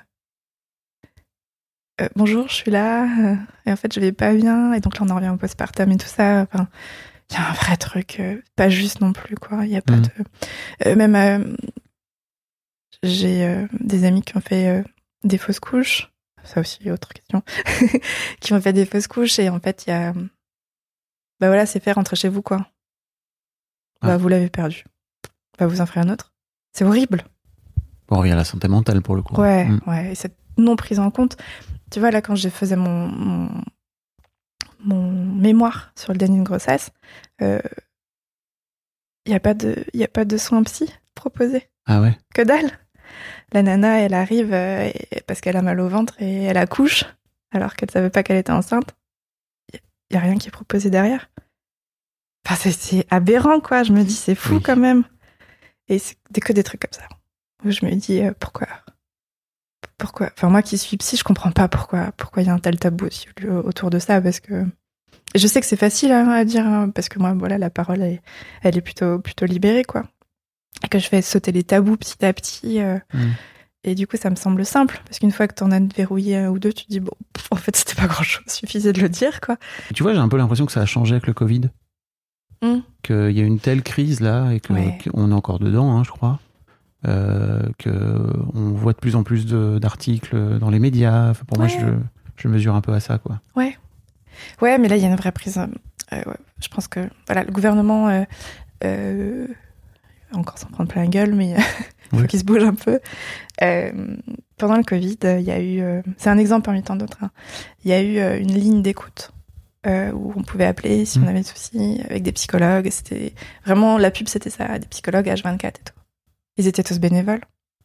euh, bonjour, je suis là, euh, et en fait je vais pas bien, et donc là on en revient au postpartum et tout ça. Enfin, il y a un vrai truc, euh, pas juste non plus, quoi. Il y a pas mmh. de. Euh, même euh, j'ai euh, des amis qui ont fait euh, des fausses couches, ça aussi, autre question, qui ont fait des fausses couches, et en fait il y a. Bah voilà, c'est fait, rentrer chez vous, quoi. Ah. Bah vous l'avez perdu. Bah vous en ferez un autre. C'est horrible. On revient à la santé mentale pour le coup. Ouais, mmh. ouais. Et cette non prise en compte. Tu vois, là, quand je faisais mon, mon, mon mémoire sur le déni de grossesse, il euh, n'y a pas de, y a pas de soins psy proposés. Ah ouais? Que dalle. la nana, elle arrive euh, et- parce qu'elle a mal au ventre et elle accouche, alors qu'elle savait pas qu'elle était enceinte. Il y a rien qui est proposé derrière. Enfin, c'est, c'est aberrant, quoi. Je me dis, c'est fou Oui. quand même. Et c'est des- que des trucs comme ça. Où je me dis, euh, pourquoi Pourquoi Enfin, moi qui suis psy, je comprends pas pourquoi pourquoi il y a un tel tabou aussi autour de ça, parce que je sais que c'est facile hein, à dire, hein, parce que moi, voilà, la parole, elle, elle est plutôt, plutôt libérée, quoi. Et que je fais sauter les tabous petit à petit. euh, Mm. Et du coup, ça me semble simple, parce qu'une fois que t'en as verrouillé un ou deux, tu te dis, bon, pff, en fait, c'était pas grand-chose, suffisait de le dire, quoi. Tu vois, j'ai un peu l'impression que ça a changé avec le Covid. Mm. Qu'il y a une telle crise là et que, Ouais. qu'on est encore dedans, hein, je crois. Euh, que on voit de plus en plus de, d'articles dans les médias. Enfin, pour Ouais. moi, je, je mesure un peu à ça, quoi. Ouais. Ouais, mais là, il y a une vraie prise. euh, euh, ouais. Je pense que voilà, le gouvernement, euh, euh, encore s'en prendre plein la gueule, mais il faut Ouais. qu'il se bouge un peu. Euh, pendant le Covid, il y a eu. euh, c'est un exemple parmi tant d'autres. hein. Il y a eu euh, une ligne d'écoute euh, où on pouvait appeler si Mm. on avait des soucis avec des psychologues. C'était vraiment la pub, c'était ça, des psychologues H vingt-quatre et tout. Ils étaient tous bénévoles.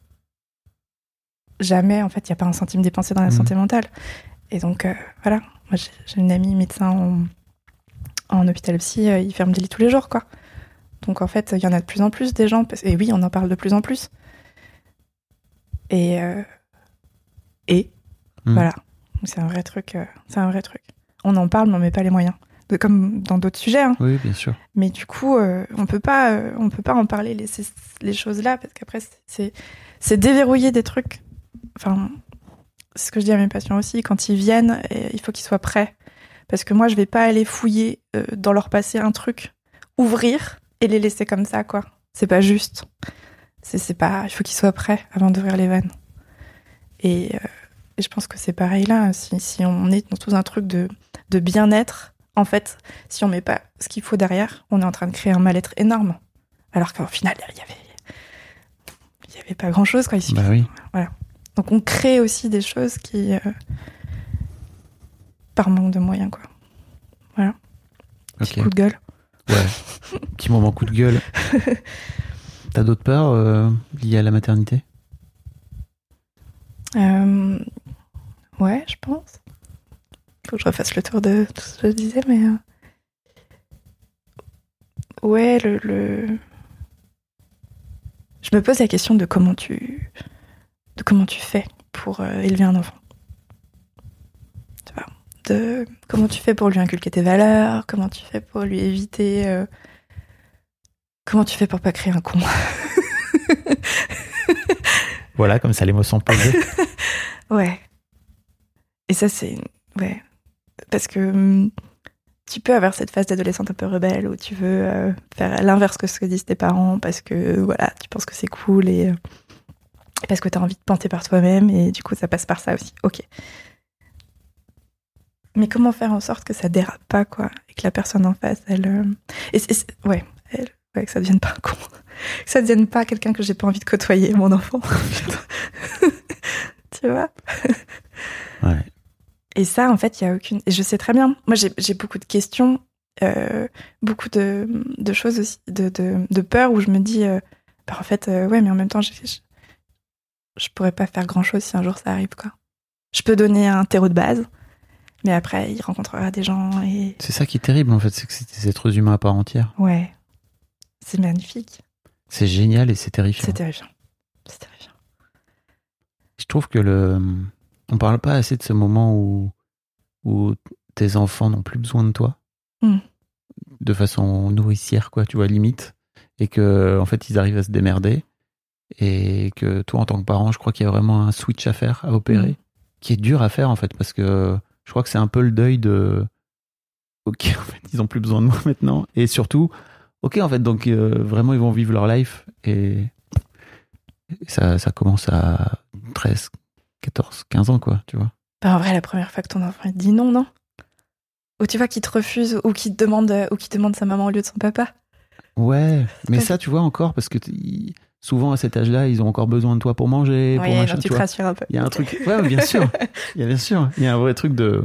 Jamais, en fait, il n'y a pas un centime dépensé dans la Mhm. santé mentale. Et donc, euh, voilà. Moi, j'ai, j'ai une amie médecin en, en hôpital psy, euh, il ferme des lits tous les jours, quoi. Donc, en fait, il y en a de plus en plus des gens. parce- Et oui, on en parle de plus en plus. Et. euh, Et. Mhm. Voilà. C'est un vrai truc. euh, c'est un vrai truc. On en parle, mais on met pas les moyens. De- comme dans d'autres sujets, hein. Oui, bien sûr. Mais du coup, euh, on peut pas, euh, on peut pas en parler les, ces- les choses là parce qu'après c'est- c'est c'est déverrouiller des trucs. Enfin, c'est ce que je dis à mes patients aussi. Quand ils viennent, euh, il faut qu'ils soient prêts parce que moi je vais pas aller fouiller euh, dans leur passé un truc, ouvrir et les laisser comme ça quoi. C'est pas juste. C'est c'est pas. Il faut qu'ils soient prêts avant d'ouvrir les vannes. Et, euh, et je pense que c'est pareil là. Si, si on est dans tout un truc de de bien-être. En fait, si on met pas ce qu'il faut derrière, on est en train de créer un mal-être énorme. Alors qu'au final, il y avait, il y avait pas grand-chose, quoi. Il suffit- Bah oui. Voilà. Donc on crée aussi des choses qui, euh, par manque de moyens, quoi. Voilà. Petit Ok. coup de gueule. Ouais. Petit moment coup de gueule. T'as d'autres peurs euh, liées à la maternité? Euh, ouais, je pense. Faut que je refasse le tour de tout ce que je disais, mais euh, ouais, le, le, je me pose la question de comment tu, de comment tu fais pour euh, élever un enfant. Tu vois, de comment tu fais pour lui inculquer tes valeurs, comment tu fais pour lui éviter, euh, comment tu fais pour pas créer un con. Voilà, comme ça, les mots sont posés. Ouais. Et ça, c'est... Ouais. Parce que hum, tu peux avoir cette phase d'adolescente un peu rebelle où tu veux euh, faire l'inverse que ce que disent tes parents parce que, voilà, tu penses que c'est cool et... euh, parce que t'as envie de penser par toi-même et du coup, ça passe par ça aussi. Ok. Mais comment faire en sorte que ça dérape pas, quoi, et que la personne en face, elle... euh, Et c'est- c'est- ouais, elle... ouais, que ça devienne pas un con. Que ça devienne pas quelqu'un que j'ai pas envie de côtoyer, mon enfant. Tu vois? Ouais. Et ça, en fait, il y a aucune... Et je sais très bien. Moi, j'ai, j'ai beaucoup de questions, euh, beaucoup de, de choses aussi, de, de, de peur où je me dis, euh, bah, en fait, euh, ouais, mais en même temps, j'ai- je, je pourrais pas faire grand-chose si un jour ça arrive, quoi. Je peux donner un terreau de base, mais après, il rencontrera des gens et... C'est ça qui est terrible, en fait, c'est que c'est des êtres humains à part entière. Ouais. C'est magnifique. C'est génial et c'est terrifiant. C'est terrifiant. C'est terrifiant. Je trouve que le... On parle pas assez de ce moment où, où tes enfants n'ont plus besoin de toi. Mm. De façon nourricière, quoi, tu vois, limite. Et que, en fait, ils arrivent à se démerder. Et que toi, en tant que parent, je crois qu'il y a vraiment un switch à faire, à opérer, Mm. qui est dur à faire, en fait, parce que je crois que c'est un peu le deuil de... Ok, en fait, ils ont plus besoin de moi maintenant. Et surtout, ok, en fait, donc euh, vraiment, ils vont vivre leur life. Et ça, ça commence à treize, quatorze, quinze ans, quoi, tu vois. Bah, en vrai, la première fois que ton enfant il te dit non, non. Ou tu vois, qu'il te refuse, ou qu'il te demande, ou qu'il demande sa maman au lieu de son papa. Ouais, mais pas- ça, tu vois, encore, parce que t- souvent, à cet âge-là, ils ont encore besoin de toi pour manger, pour Ouais, machin, donc tu tu te vois. rassures un peu. Il y a un truc... Ouais, bien sûr. Il y a bien sûr. Il y a un vrai truc de...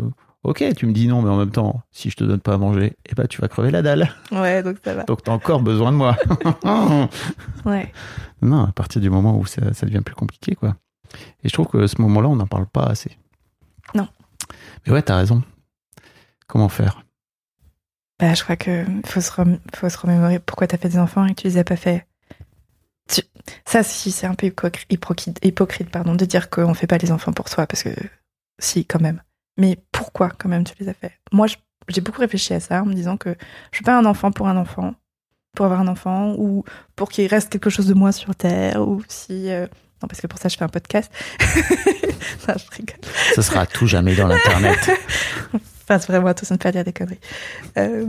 ok, tu me dis non, mais en même temps, si je te donne pas à manger, eh ben, tu vas crever la dalle. Ouais, donc ça va. Donc t'as encore besoin de moi. Ouais. Non, à partir du moment où ça, ça devient plus compliqué, quoi. Et je trouve que ce moment-là, on n'en parle pas assez. Non. Mais ouais, t'as raison. Comment faire ? Bah, je crois que faut se, rem... faut se remémorer pourquoi t'as fait des enfants et que tu les as pas fait. Tu... Ça, si, c'est un peu hypocrite, hypocrite, hypocrite pardon, de dire qu'on fait pas les enfants pour soi, parce que si, quand même. Mais pourquoi, quand même, tu les as fait ? Moi, je... j'ai beaucoup réfléchi à ça en me disant que je veux pas un enfant pour un enfant, pour avoir un enfant, ou pour qu'il reste quelque chose de moi sur Terre, ou si... Euh... Non, parce que pour ça, je fais un podcast. Non, je rigole. Ça sera à tout jamais dans l'Internet. Enfin, c'est vraiment attention de ne pas dire des conneries. Euh...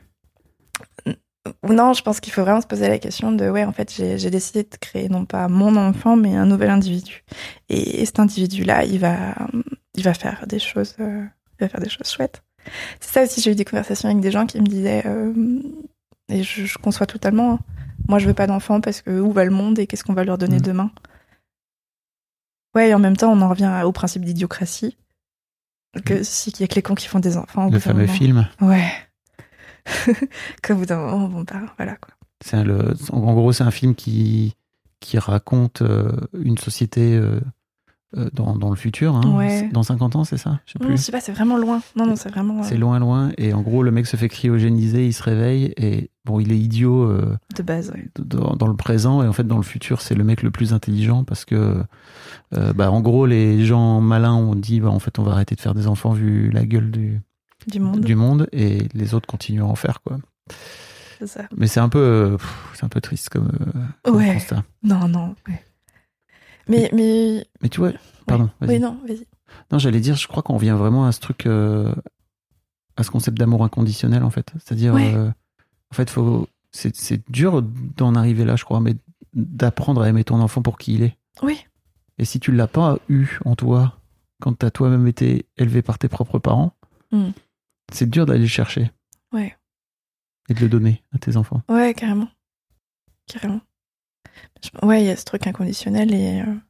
Non, je pense qu'il faut vraiment se poser la question de, ouais, en fait, j'ai, j'ai décidé de créer non pas mon enfant, mais un nouvel individu. Et, et cet individu-là, il va, il va faire des choses, euh, il va faire des choses chouettes. C'est ça aussi, j'ai eu des conversations avec des gens qui me disaient, euh, et je, je conçois totalement, hein, moi, je veux pas d'enfant parce que où va le monde et qu'est-ce qu'on va leur donner mmh. demain ? Ouais, et en même temps, on en revient au principe d'idiocratie. Que si qu'il y a que les cons qui font des enfants. Le fameux moment. Film. Ouais. Qu'au bout d'un moment, bon bah voilà quoi. C'est un, le, en gros, c'est un film qui qui raconte euh, une société euh, euh, dans dans le futur, hein, ouais. Dans cinquante ans, c'est ça ? Je sais plus. Non, je sais pas, c'est vraiment loin. Non, non, c'est vraiment. Euh... C'est loin, loin. Et en gros, le mec se fait cryogéniser, il se réveille et bon, il est idiot. Euh, de base, ouais. Dans, dans le présent et en fait, dans le futur, c'est le mec le plus intelligent parce que. Euh, bah, en gros, les gens malins ont dit bah, en fait, on va arrêter de faire des enfants vu la gueule du, du, monde. du monde et les autres continuent à en faire, quoi. C'est ça. Mais c'est un peu, pff, c'est un peu triste comme, comme ouais. constat. Non, non. Ouais. Mais, mais, mais tu vois, pardon. Ouais. Vas-y. Oui, non, vas-y. Non, j'allais dire, je crois qu'on revient vraiment à ce truc, euh, à ce concept d'amour inconditionnel, en fait. C'est-à-dire, ouais. euh, en fait, faut, c'est, c'est dur d'en arriver là, je crois, mais d'apprendre à aimer ton enfant pour qui il est. Oui. Et si tu ne l'as pas eu en toi, quand tu as toi-même été élevé par tes propres parents, mm. c'est dur d'aller le chercher. Ouais. Et de le donner à tes enfants. Ouais, carrément. Carrément. Ouais, il y a ce truc inconditionnel et... Euh...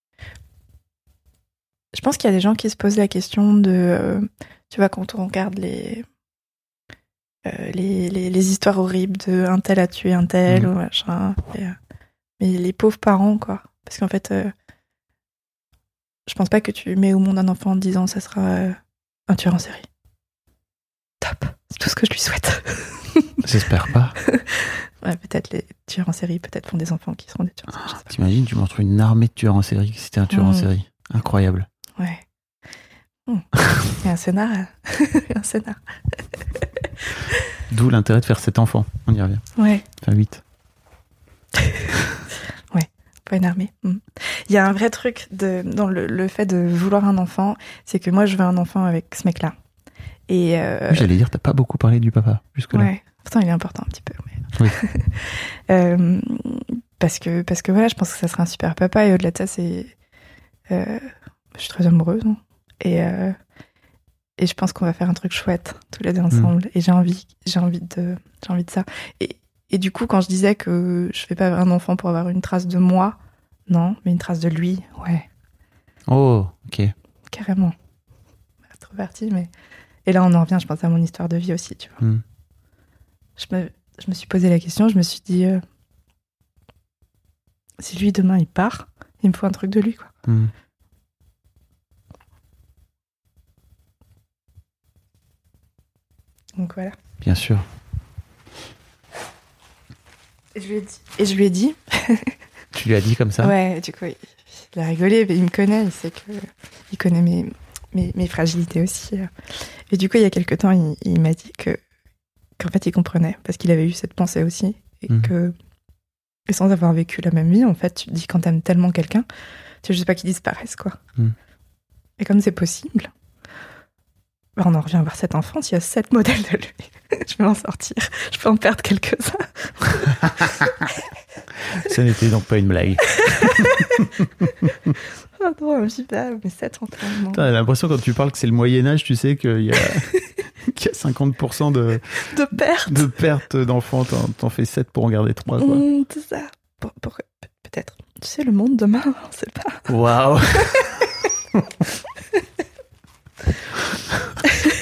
Je pense qu'il y a des gens qui se posent la question de... Euh, tu vois, quand on regarde les... Euh, les, les, les histoires horribles de un tel a tué un tel, mm. ou machin. Et, euh, mais les pauvres parents, quoi. Parce qu'en fait... Euh, je pense pas que tu mets au monde un enfant en te disant ça sera euh, un tueur en série. Top. C'est tout ce que je lui souhaite. J'espère pas. Ouais, peut-être les tueurs en série, peut-être font des enfants qui seront des tueurs en série. Ah, t'imagines, tu montres une armée de tueurs en série si c'était un tueur mmh. en série. Incroyable. Ouais. Mmh. Et un scénar. un scénar. D'où l'intérêt de faire sept enfants. On y revient. Ouais. Enfin, huit. Pas une armée. Mmh. Il y a un vrai truc de, dans le, le fait de vouloir un enfant, c'est que moi je veux un enfant avec ce mec-là. Et euh... oui, j'allais dire, t'as pas beaucoup parlé du papa jusque-là. Ouais, pourtant il est important un petit peu. Mais... Oui. euh, parce que parce que voilà, je pense que ça serait un super papa et au-delà de ça, c'est, euh, je suis très amoureuse hein. et euh, et je pense qu'on va faire un truc chouette tous les deux ensemble. Mmh. Et j'ai envie, j'ai envie de, j'ai envie de ça. Et Et du coup, quand je disais que je fais pas un enfant pour avoir une trace de moi, non, mais une trace de lui, ouais. Oh, ok. Carrément. Introvertie, mais... Et là, on en revient, je pense, à mon histoire de vie aussi, tu vois. Mm. Je, me, je me suis posé la question, je me suis dit... Euh, si lui, demain, il part, il me faut un truc de lui, quoi. Mm. Donc voilà. Bien sûr. Et je lui ai dit. Et je lui ai dit. Tu lui as dit comme ça ? Ouais, du coup, il, il a rigolé, mais il me connaît, il sait que. Il connaît mes, mes, mes fragilités aussi. Et du coup, il y a quelque temps, il, il m'a dit que. Qu'en fait, il comprenait, parce qu'il avait eu cette pensée aussi. Et mmh. que. Et sans avoir vécu la même vie, en fait, tu te dis, quand t'aimes tellement quelqu'un, tu veux juste pas qu'il disparaisse, quoi. Mmh. Et comme c'est possible. Ben on en revient vers cette enfance, il y a sept modèles de lui. Je vais m'en sortir. Je peux en perdre quelques-uns. Ce n'était donc pas une blague. Oh non, je sais pas, mais sept entraînements. T'as l'impression quand tu parles que c'est le Moyen-Âge, tu sais qu'il y a, qu'il y a cinquante pour cent de, de pertes de pertes d'enfants. T'en, t'en fais sept pour en garder trois, quoi. Mmh, c'est ça. Pour, pour, peut-être. Tu sais, le monde demain, on sait pas. Waouh.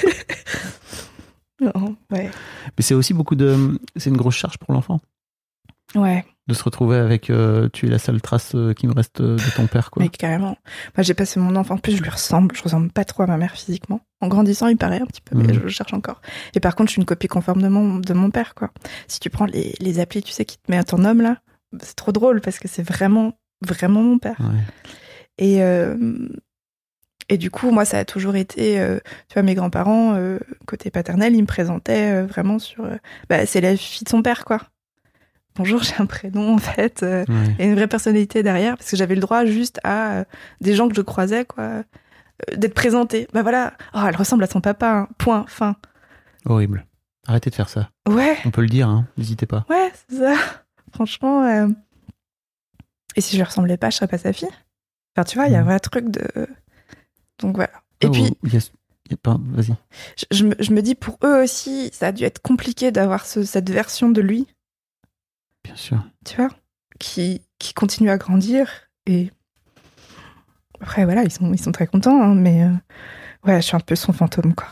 ouais. Mais c'est aussi beaucoup de... C'est une grosse charge pour l'enfant. Ouais. De se retrouver avec... Euh, tu es la seule trace euh, qui me reste euh, de ton père, quoi. Mais carrément. Moi, j'ai passé mon enfant. En plus, je lui ressemble. Je ressemble pas trop à ma mère physiquement. En grandissant, il paraît un petit peu, mais mmh. je le cherche encore. Et par contre, je suis une copie conforme de mon, de mon père, quoi. Si tu prends les, les applis, tu sais, qui te met à ton homme, là, c'est trop drôle parce que c'est vraiment, vraiment mon père. Ouais. Et... Euh, Et du coup, moi, ça a toujours été, euh, tu vois, mes grands-parents, euh, côté paternel, ils me présentaient euh, vraiment sur... Euh, bah, c'est la fille de son père, quoi. Bonjour, j'ai un prénom, en fait, euh, ouais. et une vraie personnalité derrière, parce que j'avais le droit juste à euh, des gens que je croisais, quoi, euh, d'être présentée. Bah voilà, oh, elle ressemble à son papa, hein. Point, fin. Horrible. Arrêtez de faire ça. Ouais. On peut le dire, hein, n'hésitez pas. Ouais, c'est ça. Franchement, euh... et si je lui ressemblais pas, je serais pas sa fille. Enfin, tu vois, il y a un vrai truc de... Donc voilà. Et oh, puis, y a, y a pas, vas-y. Je, je, me, je me dis, pour eux aussi, ça a dû être compliqué d'avoir ce, cette version de lui. Bien sûr. Tu vois, qui, qui continue à grandir. Et après, voilà, ils sont, ils sont très contents, hein, mais euh, ouais, je suis un peu son fantôme, quoi.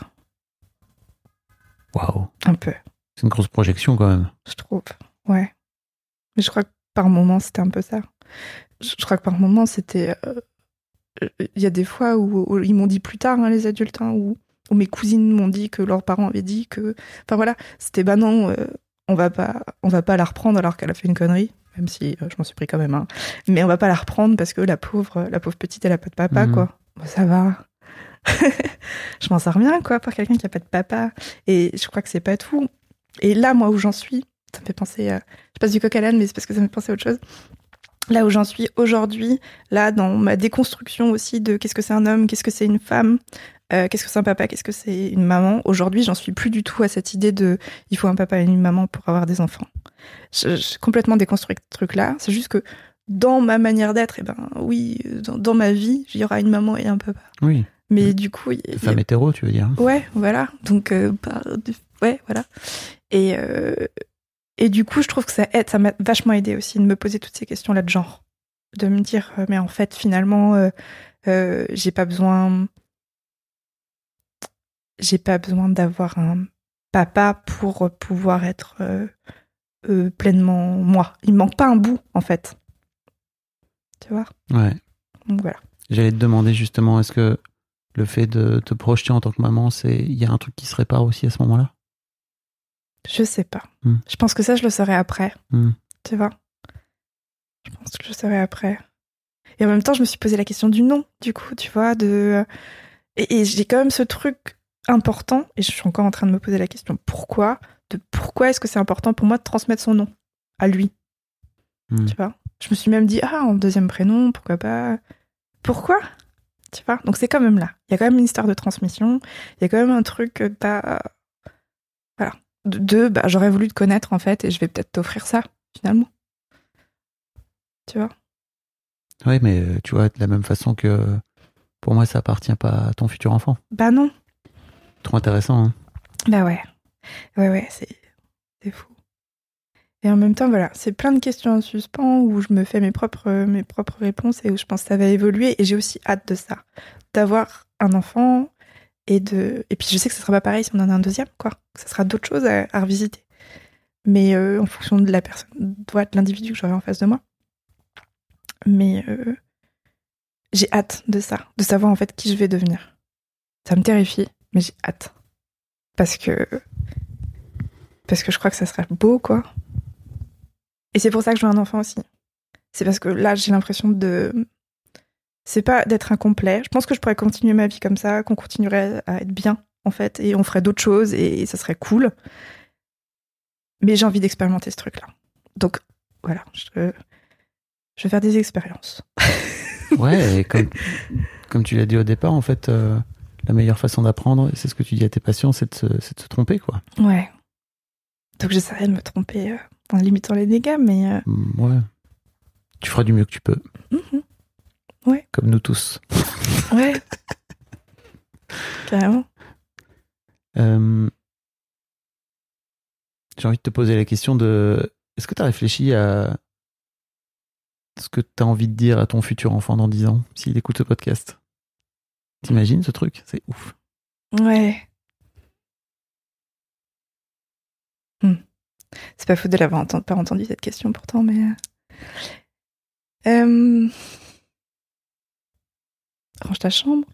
Waouh. Un peu. C'est une grosse projection, quand même. Je trouve, ouais. Mais je crois que par moments, c'était un peu ça. Je, je crois que par moments, c'était... Euh, il y a des fois où, où ils m'ont dit plus tard, hein, les adultes, hein, où, où mes cousines m'ont dit que leurs parents avaient dit que... Enfin voilà, c'était bah non, euh, on va pas, on va pas la reprendre alors qu'elle a fait une connerie, même si euh, je m'en suis pris quand même. Hein. Mais on va pas la reprendre parce que la pauvre, la pauvre petite, elle a pas de papa, mmh. quoi. Bon, ça va. Je m'en sors bien, quoi, pour quelqu'un qui a pas de papa. Et je crois que c'est pas tout. Et là, moi, où j'en suis, ça me fait penser... Euh, je passe du coq à l'âne, mais c'est parce que ça me fait penser à autre chose. Là où j'en suis aujourd'hui, là, dans ma déconstruction aussi de qu'est-ce que c'est un homme, qu'est-ce que c'est une femme, euh, qu'est-ce que c'est un papa, qu'est-ce que c'est une maman. Aujourd'hui, j'en suis plus du tout à cette idée de il faut un papa et une maman pour avoir des enfants. J'ai complètement déconstruit ce truc-là. C'est juste que dans ma manière d'être, eh ben oui, dans, dans ma vie, il y aura une maman et un papa. Oui. Mais du coup... Y, y femme a... hétéro, tu veux dire. Ouais, voilà. Donc, euh, bah, ouais, voilà. Et... Euh... Et du coup, je trouve que ça aide, ça m'a vachement aidé aussi de me poser toutes ces questions-là de genre. De me dire, euh, mais en fait, finalement, euh, euh, j'ai pas besoin... J'ai pas besoin d'avoir un papa pour pouvoir être euh, euh, pleinement moi. Il me manque pas un bout, en fait. Tu vois ? Ouais. Donc voilà. J'allais te demander justement, est-ce que le fait de te projeter en tant que maman, c'est il y a un truc qui se répare aussi à ce moment-là ? Je sais pas. Mm. Je pense que ça, je le saurai après. Mm. Tu vois ? Je pense que je le saurai après. Et en même temps, je me suis posé la question du nom, du coup, tu vois, de... Et, et j'ai quand même ce truc important, et je suis encore en train de me poser la question pourquoi, de pourquoi est-ce que c'est important pour moi de transmettre son nom à lui. Mm. Tu vois ? Je me suis même dit, ah, en deuxième prénom, pourquoi pas ? Pourquoi ? Tu vois ? Donc c'est quand même là. Il y a quand même une histoire de transmission, il y a quand même un truc que t'as... Voilà. De, de bah, j'aurais voulu te connaître, en fait, et je vais peut-être t'offrir ça, finalement. Tu vois ? Oui, mais tu vois, de la même façon que pour moi, ça appartient pas à ton futur enfant. Bah non. Trop intéressant, hein ? Bah ouais. Ouais, ouais, c'est, c'est fou. Et en même temps, voilà, c'est plein de questions en suspens où je me fais mes propres, mes propres réponses et où je pense que ça va évoluer. Et j'ai aussi hâte de ça. D'avoir un enfant et de... Et puis je sais que ce sera pas pareil si on en a un deuxième, quoi. Que ça sera d'autres choses à, à revisiter. Mais euh, en fonction de la personne, de l'individu que j'aurai en face de moi. Mais euh, j'ai hâte de ça, de savoir en fait qui je vais devenir. Ça me terrifie, mais j'ai hâte. Parce que... Parce que je crois que ça serait beau, quoi. Et c'est pour ça que je veux un enfant aussi. C'est parce que là, j'ai l'impression de... C'est pas d'être incomplet. Je pense que je pourrais continuer ma vie comme ça, qu'on continuerait à être bien, en fait, et on ferait d'autres choses, et ça serait cool. Mais j'ai envie d'expérimenter ce truc-là. Donc, voilà, je, je vais faire des expériences. Ouais, et comme, comme tu l'as dit au départ, en fait, euh, la meilleure façon d'apprendre, et c'est ce que tu dis à tes patients, c'est de se, c'est de se tromper, quoi. Ouais. Donc j'essaierai de me tromper euh, en limitant les dégâts, mais... Euh... Ouais. Tu feras du mieux que tu peux. Mmh. Ouais. Comme nous tous. Ouais. Carrément. Euh, j'ai envie de te poser la question de... Est-ce que tu as réfléchi à ce que tu as envie de dire à ton futur enfant dans dix ans, s'il écoute ce podcast ? T'imagines ce truc ? C'est ouf. Ouais. c'est pas fou de l'avoir ent- pas entendu cette question pourtant, mais. Euh... Range ta chambre.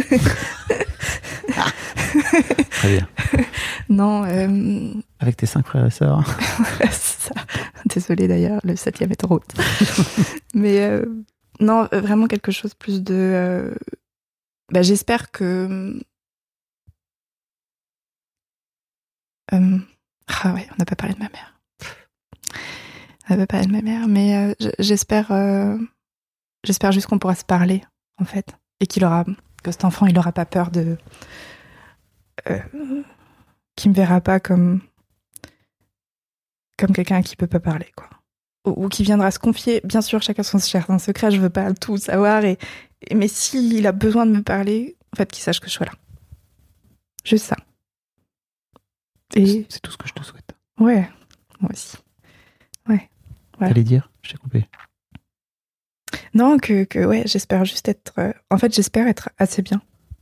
Ah, très bien. Non. Euh... Avec tes cinq frères et sœurs. C'est ça. Désolée d'ailleurs, le septième est en route. Mais euh, non, vraiment quelque chose plus de. Euh... Bah, j'espère que. Euh... Ah ouais, on n'a pas parlé de ma mère. On n'a pas parlé de ma mère, mais euh, j'espère. Euh... J'espère juste qu'on pourra se parler, en fait, et qu'il aura, que cet enfant, il n'aura pas peur de. Euh... Qu'il me verra pas comme. Comme quelqu'un qui peut pas parler, quoi. Ou, ou qui viendra se confier. Bien sûr, chacun son jardin secret, je veux pas tout savoir, et, et mais s'il a besoin de me parler, en fait, qu'il sache que je sois là. Juste ça. Et... C'est tout ce que je te souhaite. Ouais, moi aussi. Ouais. Voilà. T'allais dire ? Je t'ai coupé. Non, que, que ouais, j'espère juste être... Euh... En fait, j'espère être assez bien.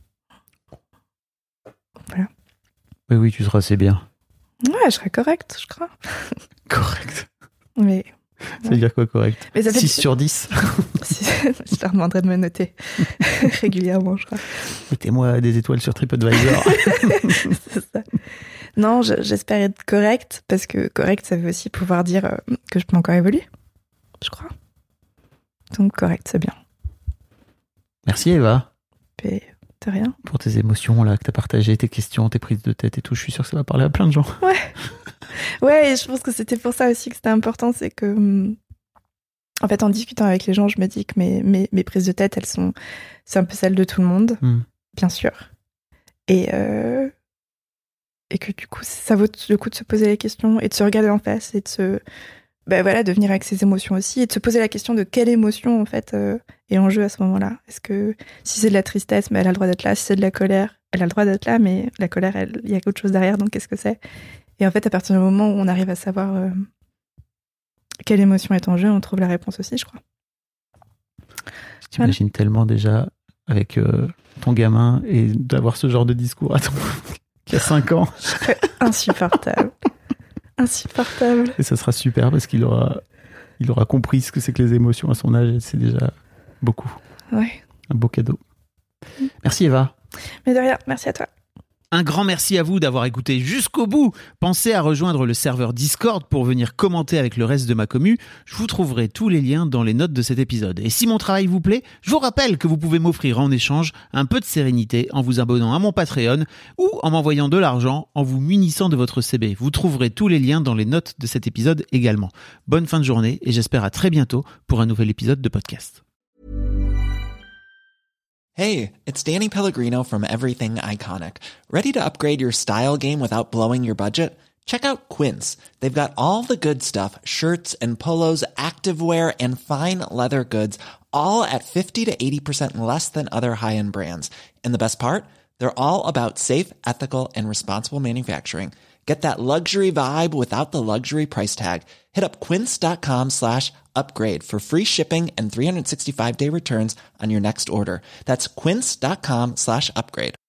Voilà. Oui, oui, tu seras assez bien. Ouais, je serai correcte, je crois. Correct. Mais... Ça veut dire quoi, correct ? Mais ça fait... six sur dix. Je leur demanderai de me noter régulièrement, je crois. Mettez-moi des étoiles sur TripAdvisor. C'est ça. Non, je, j'espère être correcte, parce que correct, ça veut aussi pouvoir dire euh, que je peux encore évoluer, je crois. Donc correct, c'est bien. Merci Eva. Et de rien. Pour tes émotions là que t'as partagées, tes questions, tes prises de tête et tout. Je suis sûre que ça va parler à plein de gens. Ouais. Ouais, et je pense que c'était pour ça aussi que c'était important, c'est que en fait, en discutant avec les gens, je me dis que mes, mes, mes prises de tête, elles sont, c'est un peu celles de tout le monde, mm. bien sûr. Et, euh, et que du coup, ça vaut le coup de se poser les questions et de se regarder en face et de se, ben voilà, de venir avec ses émotions aussi et de se poser la question de quelle émotion, en fait, euh, est en jeu à ce moment-là. Est-ce que si c'est de la tristesse, ben, elle a le droit d'être là. Si c'est de la colère, elle a le droit d'être là, mais la colère, il y a autre chose derrière, donc qu'est-ce que c'est ? Et en fait, à partir du moment où on arrive à savoir euh, quelle émotion est en jeu, on trouve la réponse aussi, je crois. Je t'imagine voilà. tellement déjà avec euh, ton gamin et d'avoir ce genre de discours à ton... qui a cinq ans. Je serais insupportable. Insupportable. Et ça sera super parce qu'il aura, il aura compris ce que c'est que les émotions à son âge et c'est déjà beaucoup. Ouais. Un beau cadeau. Mmh. Merci Eva. Mais de rien, merci à toi. Un grand merci à vous d'avoir écouté jusqu'au bout. Pensez à rejoindre le serveur Discord pour venir commenter avec le reste de ma commu. Je vous trouverai tous les liens dans les notes de cet épisode. Et si mon travail vous plaît, je vous rappelle que vous pouvez m'offrir en échange un peu de sérénité en vous abonnant à mon Patreon ou en m'envoyant de l'argent en vous munissant de votre C B. Vous trouverez tous les liens dans les notes de cet épisode également. Bonne fin de journée et j'espère à très bientôt pour un nouvel épisode de podcast. Hey, it's Danny Pellegrino from Everything Iconic. Ready to upgrade your style game without blowing your budget? Check out Quince. They've got all the good stuff, shirts and polos, activewear, and fine leather goods, all at fifty to eighty percent less than other high-end brands. And the best part? They're all about safe, ethical, and responsible manufacturing. Get that luxury vibe without the luxury price tag. Hit up quince.com slash upgrade for free shipping and three sixty-five day returns on your next order. That's quince.com slash upgrade.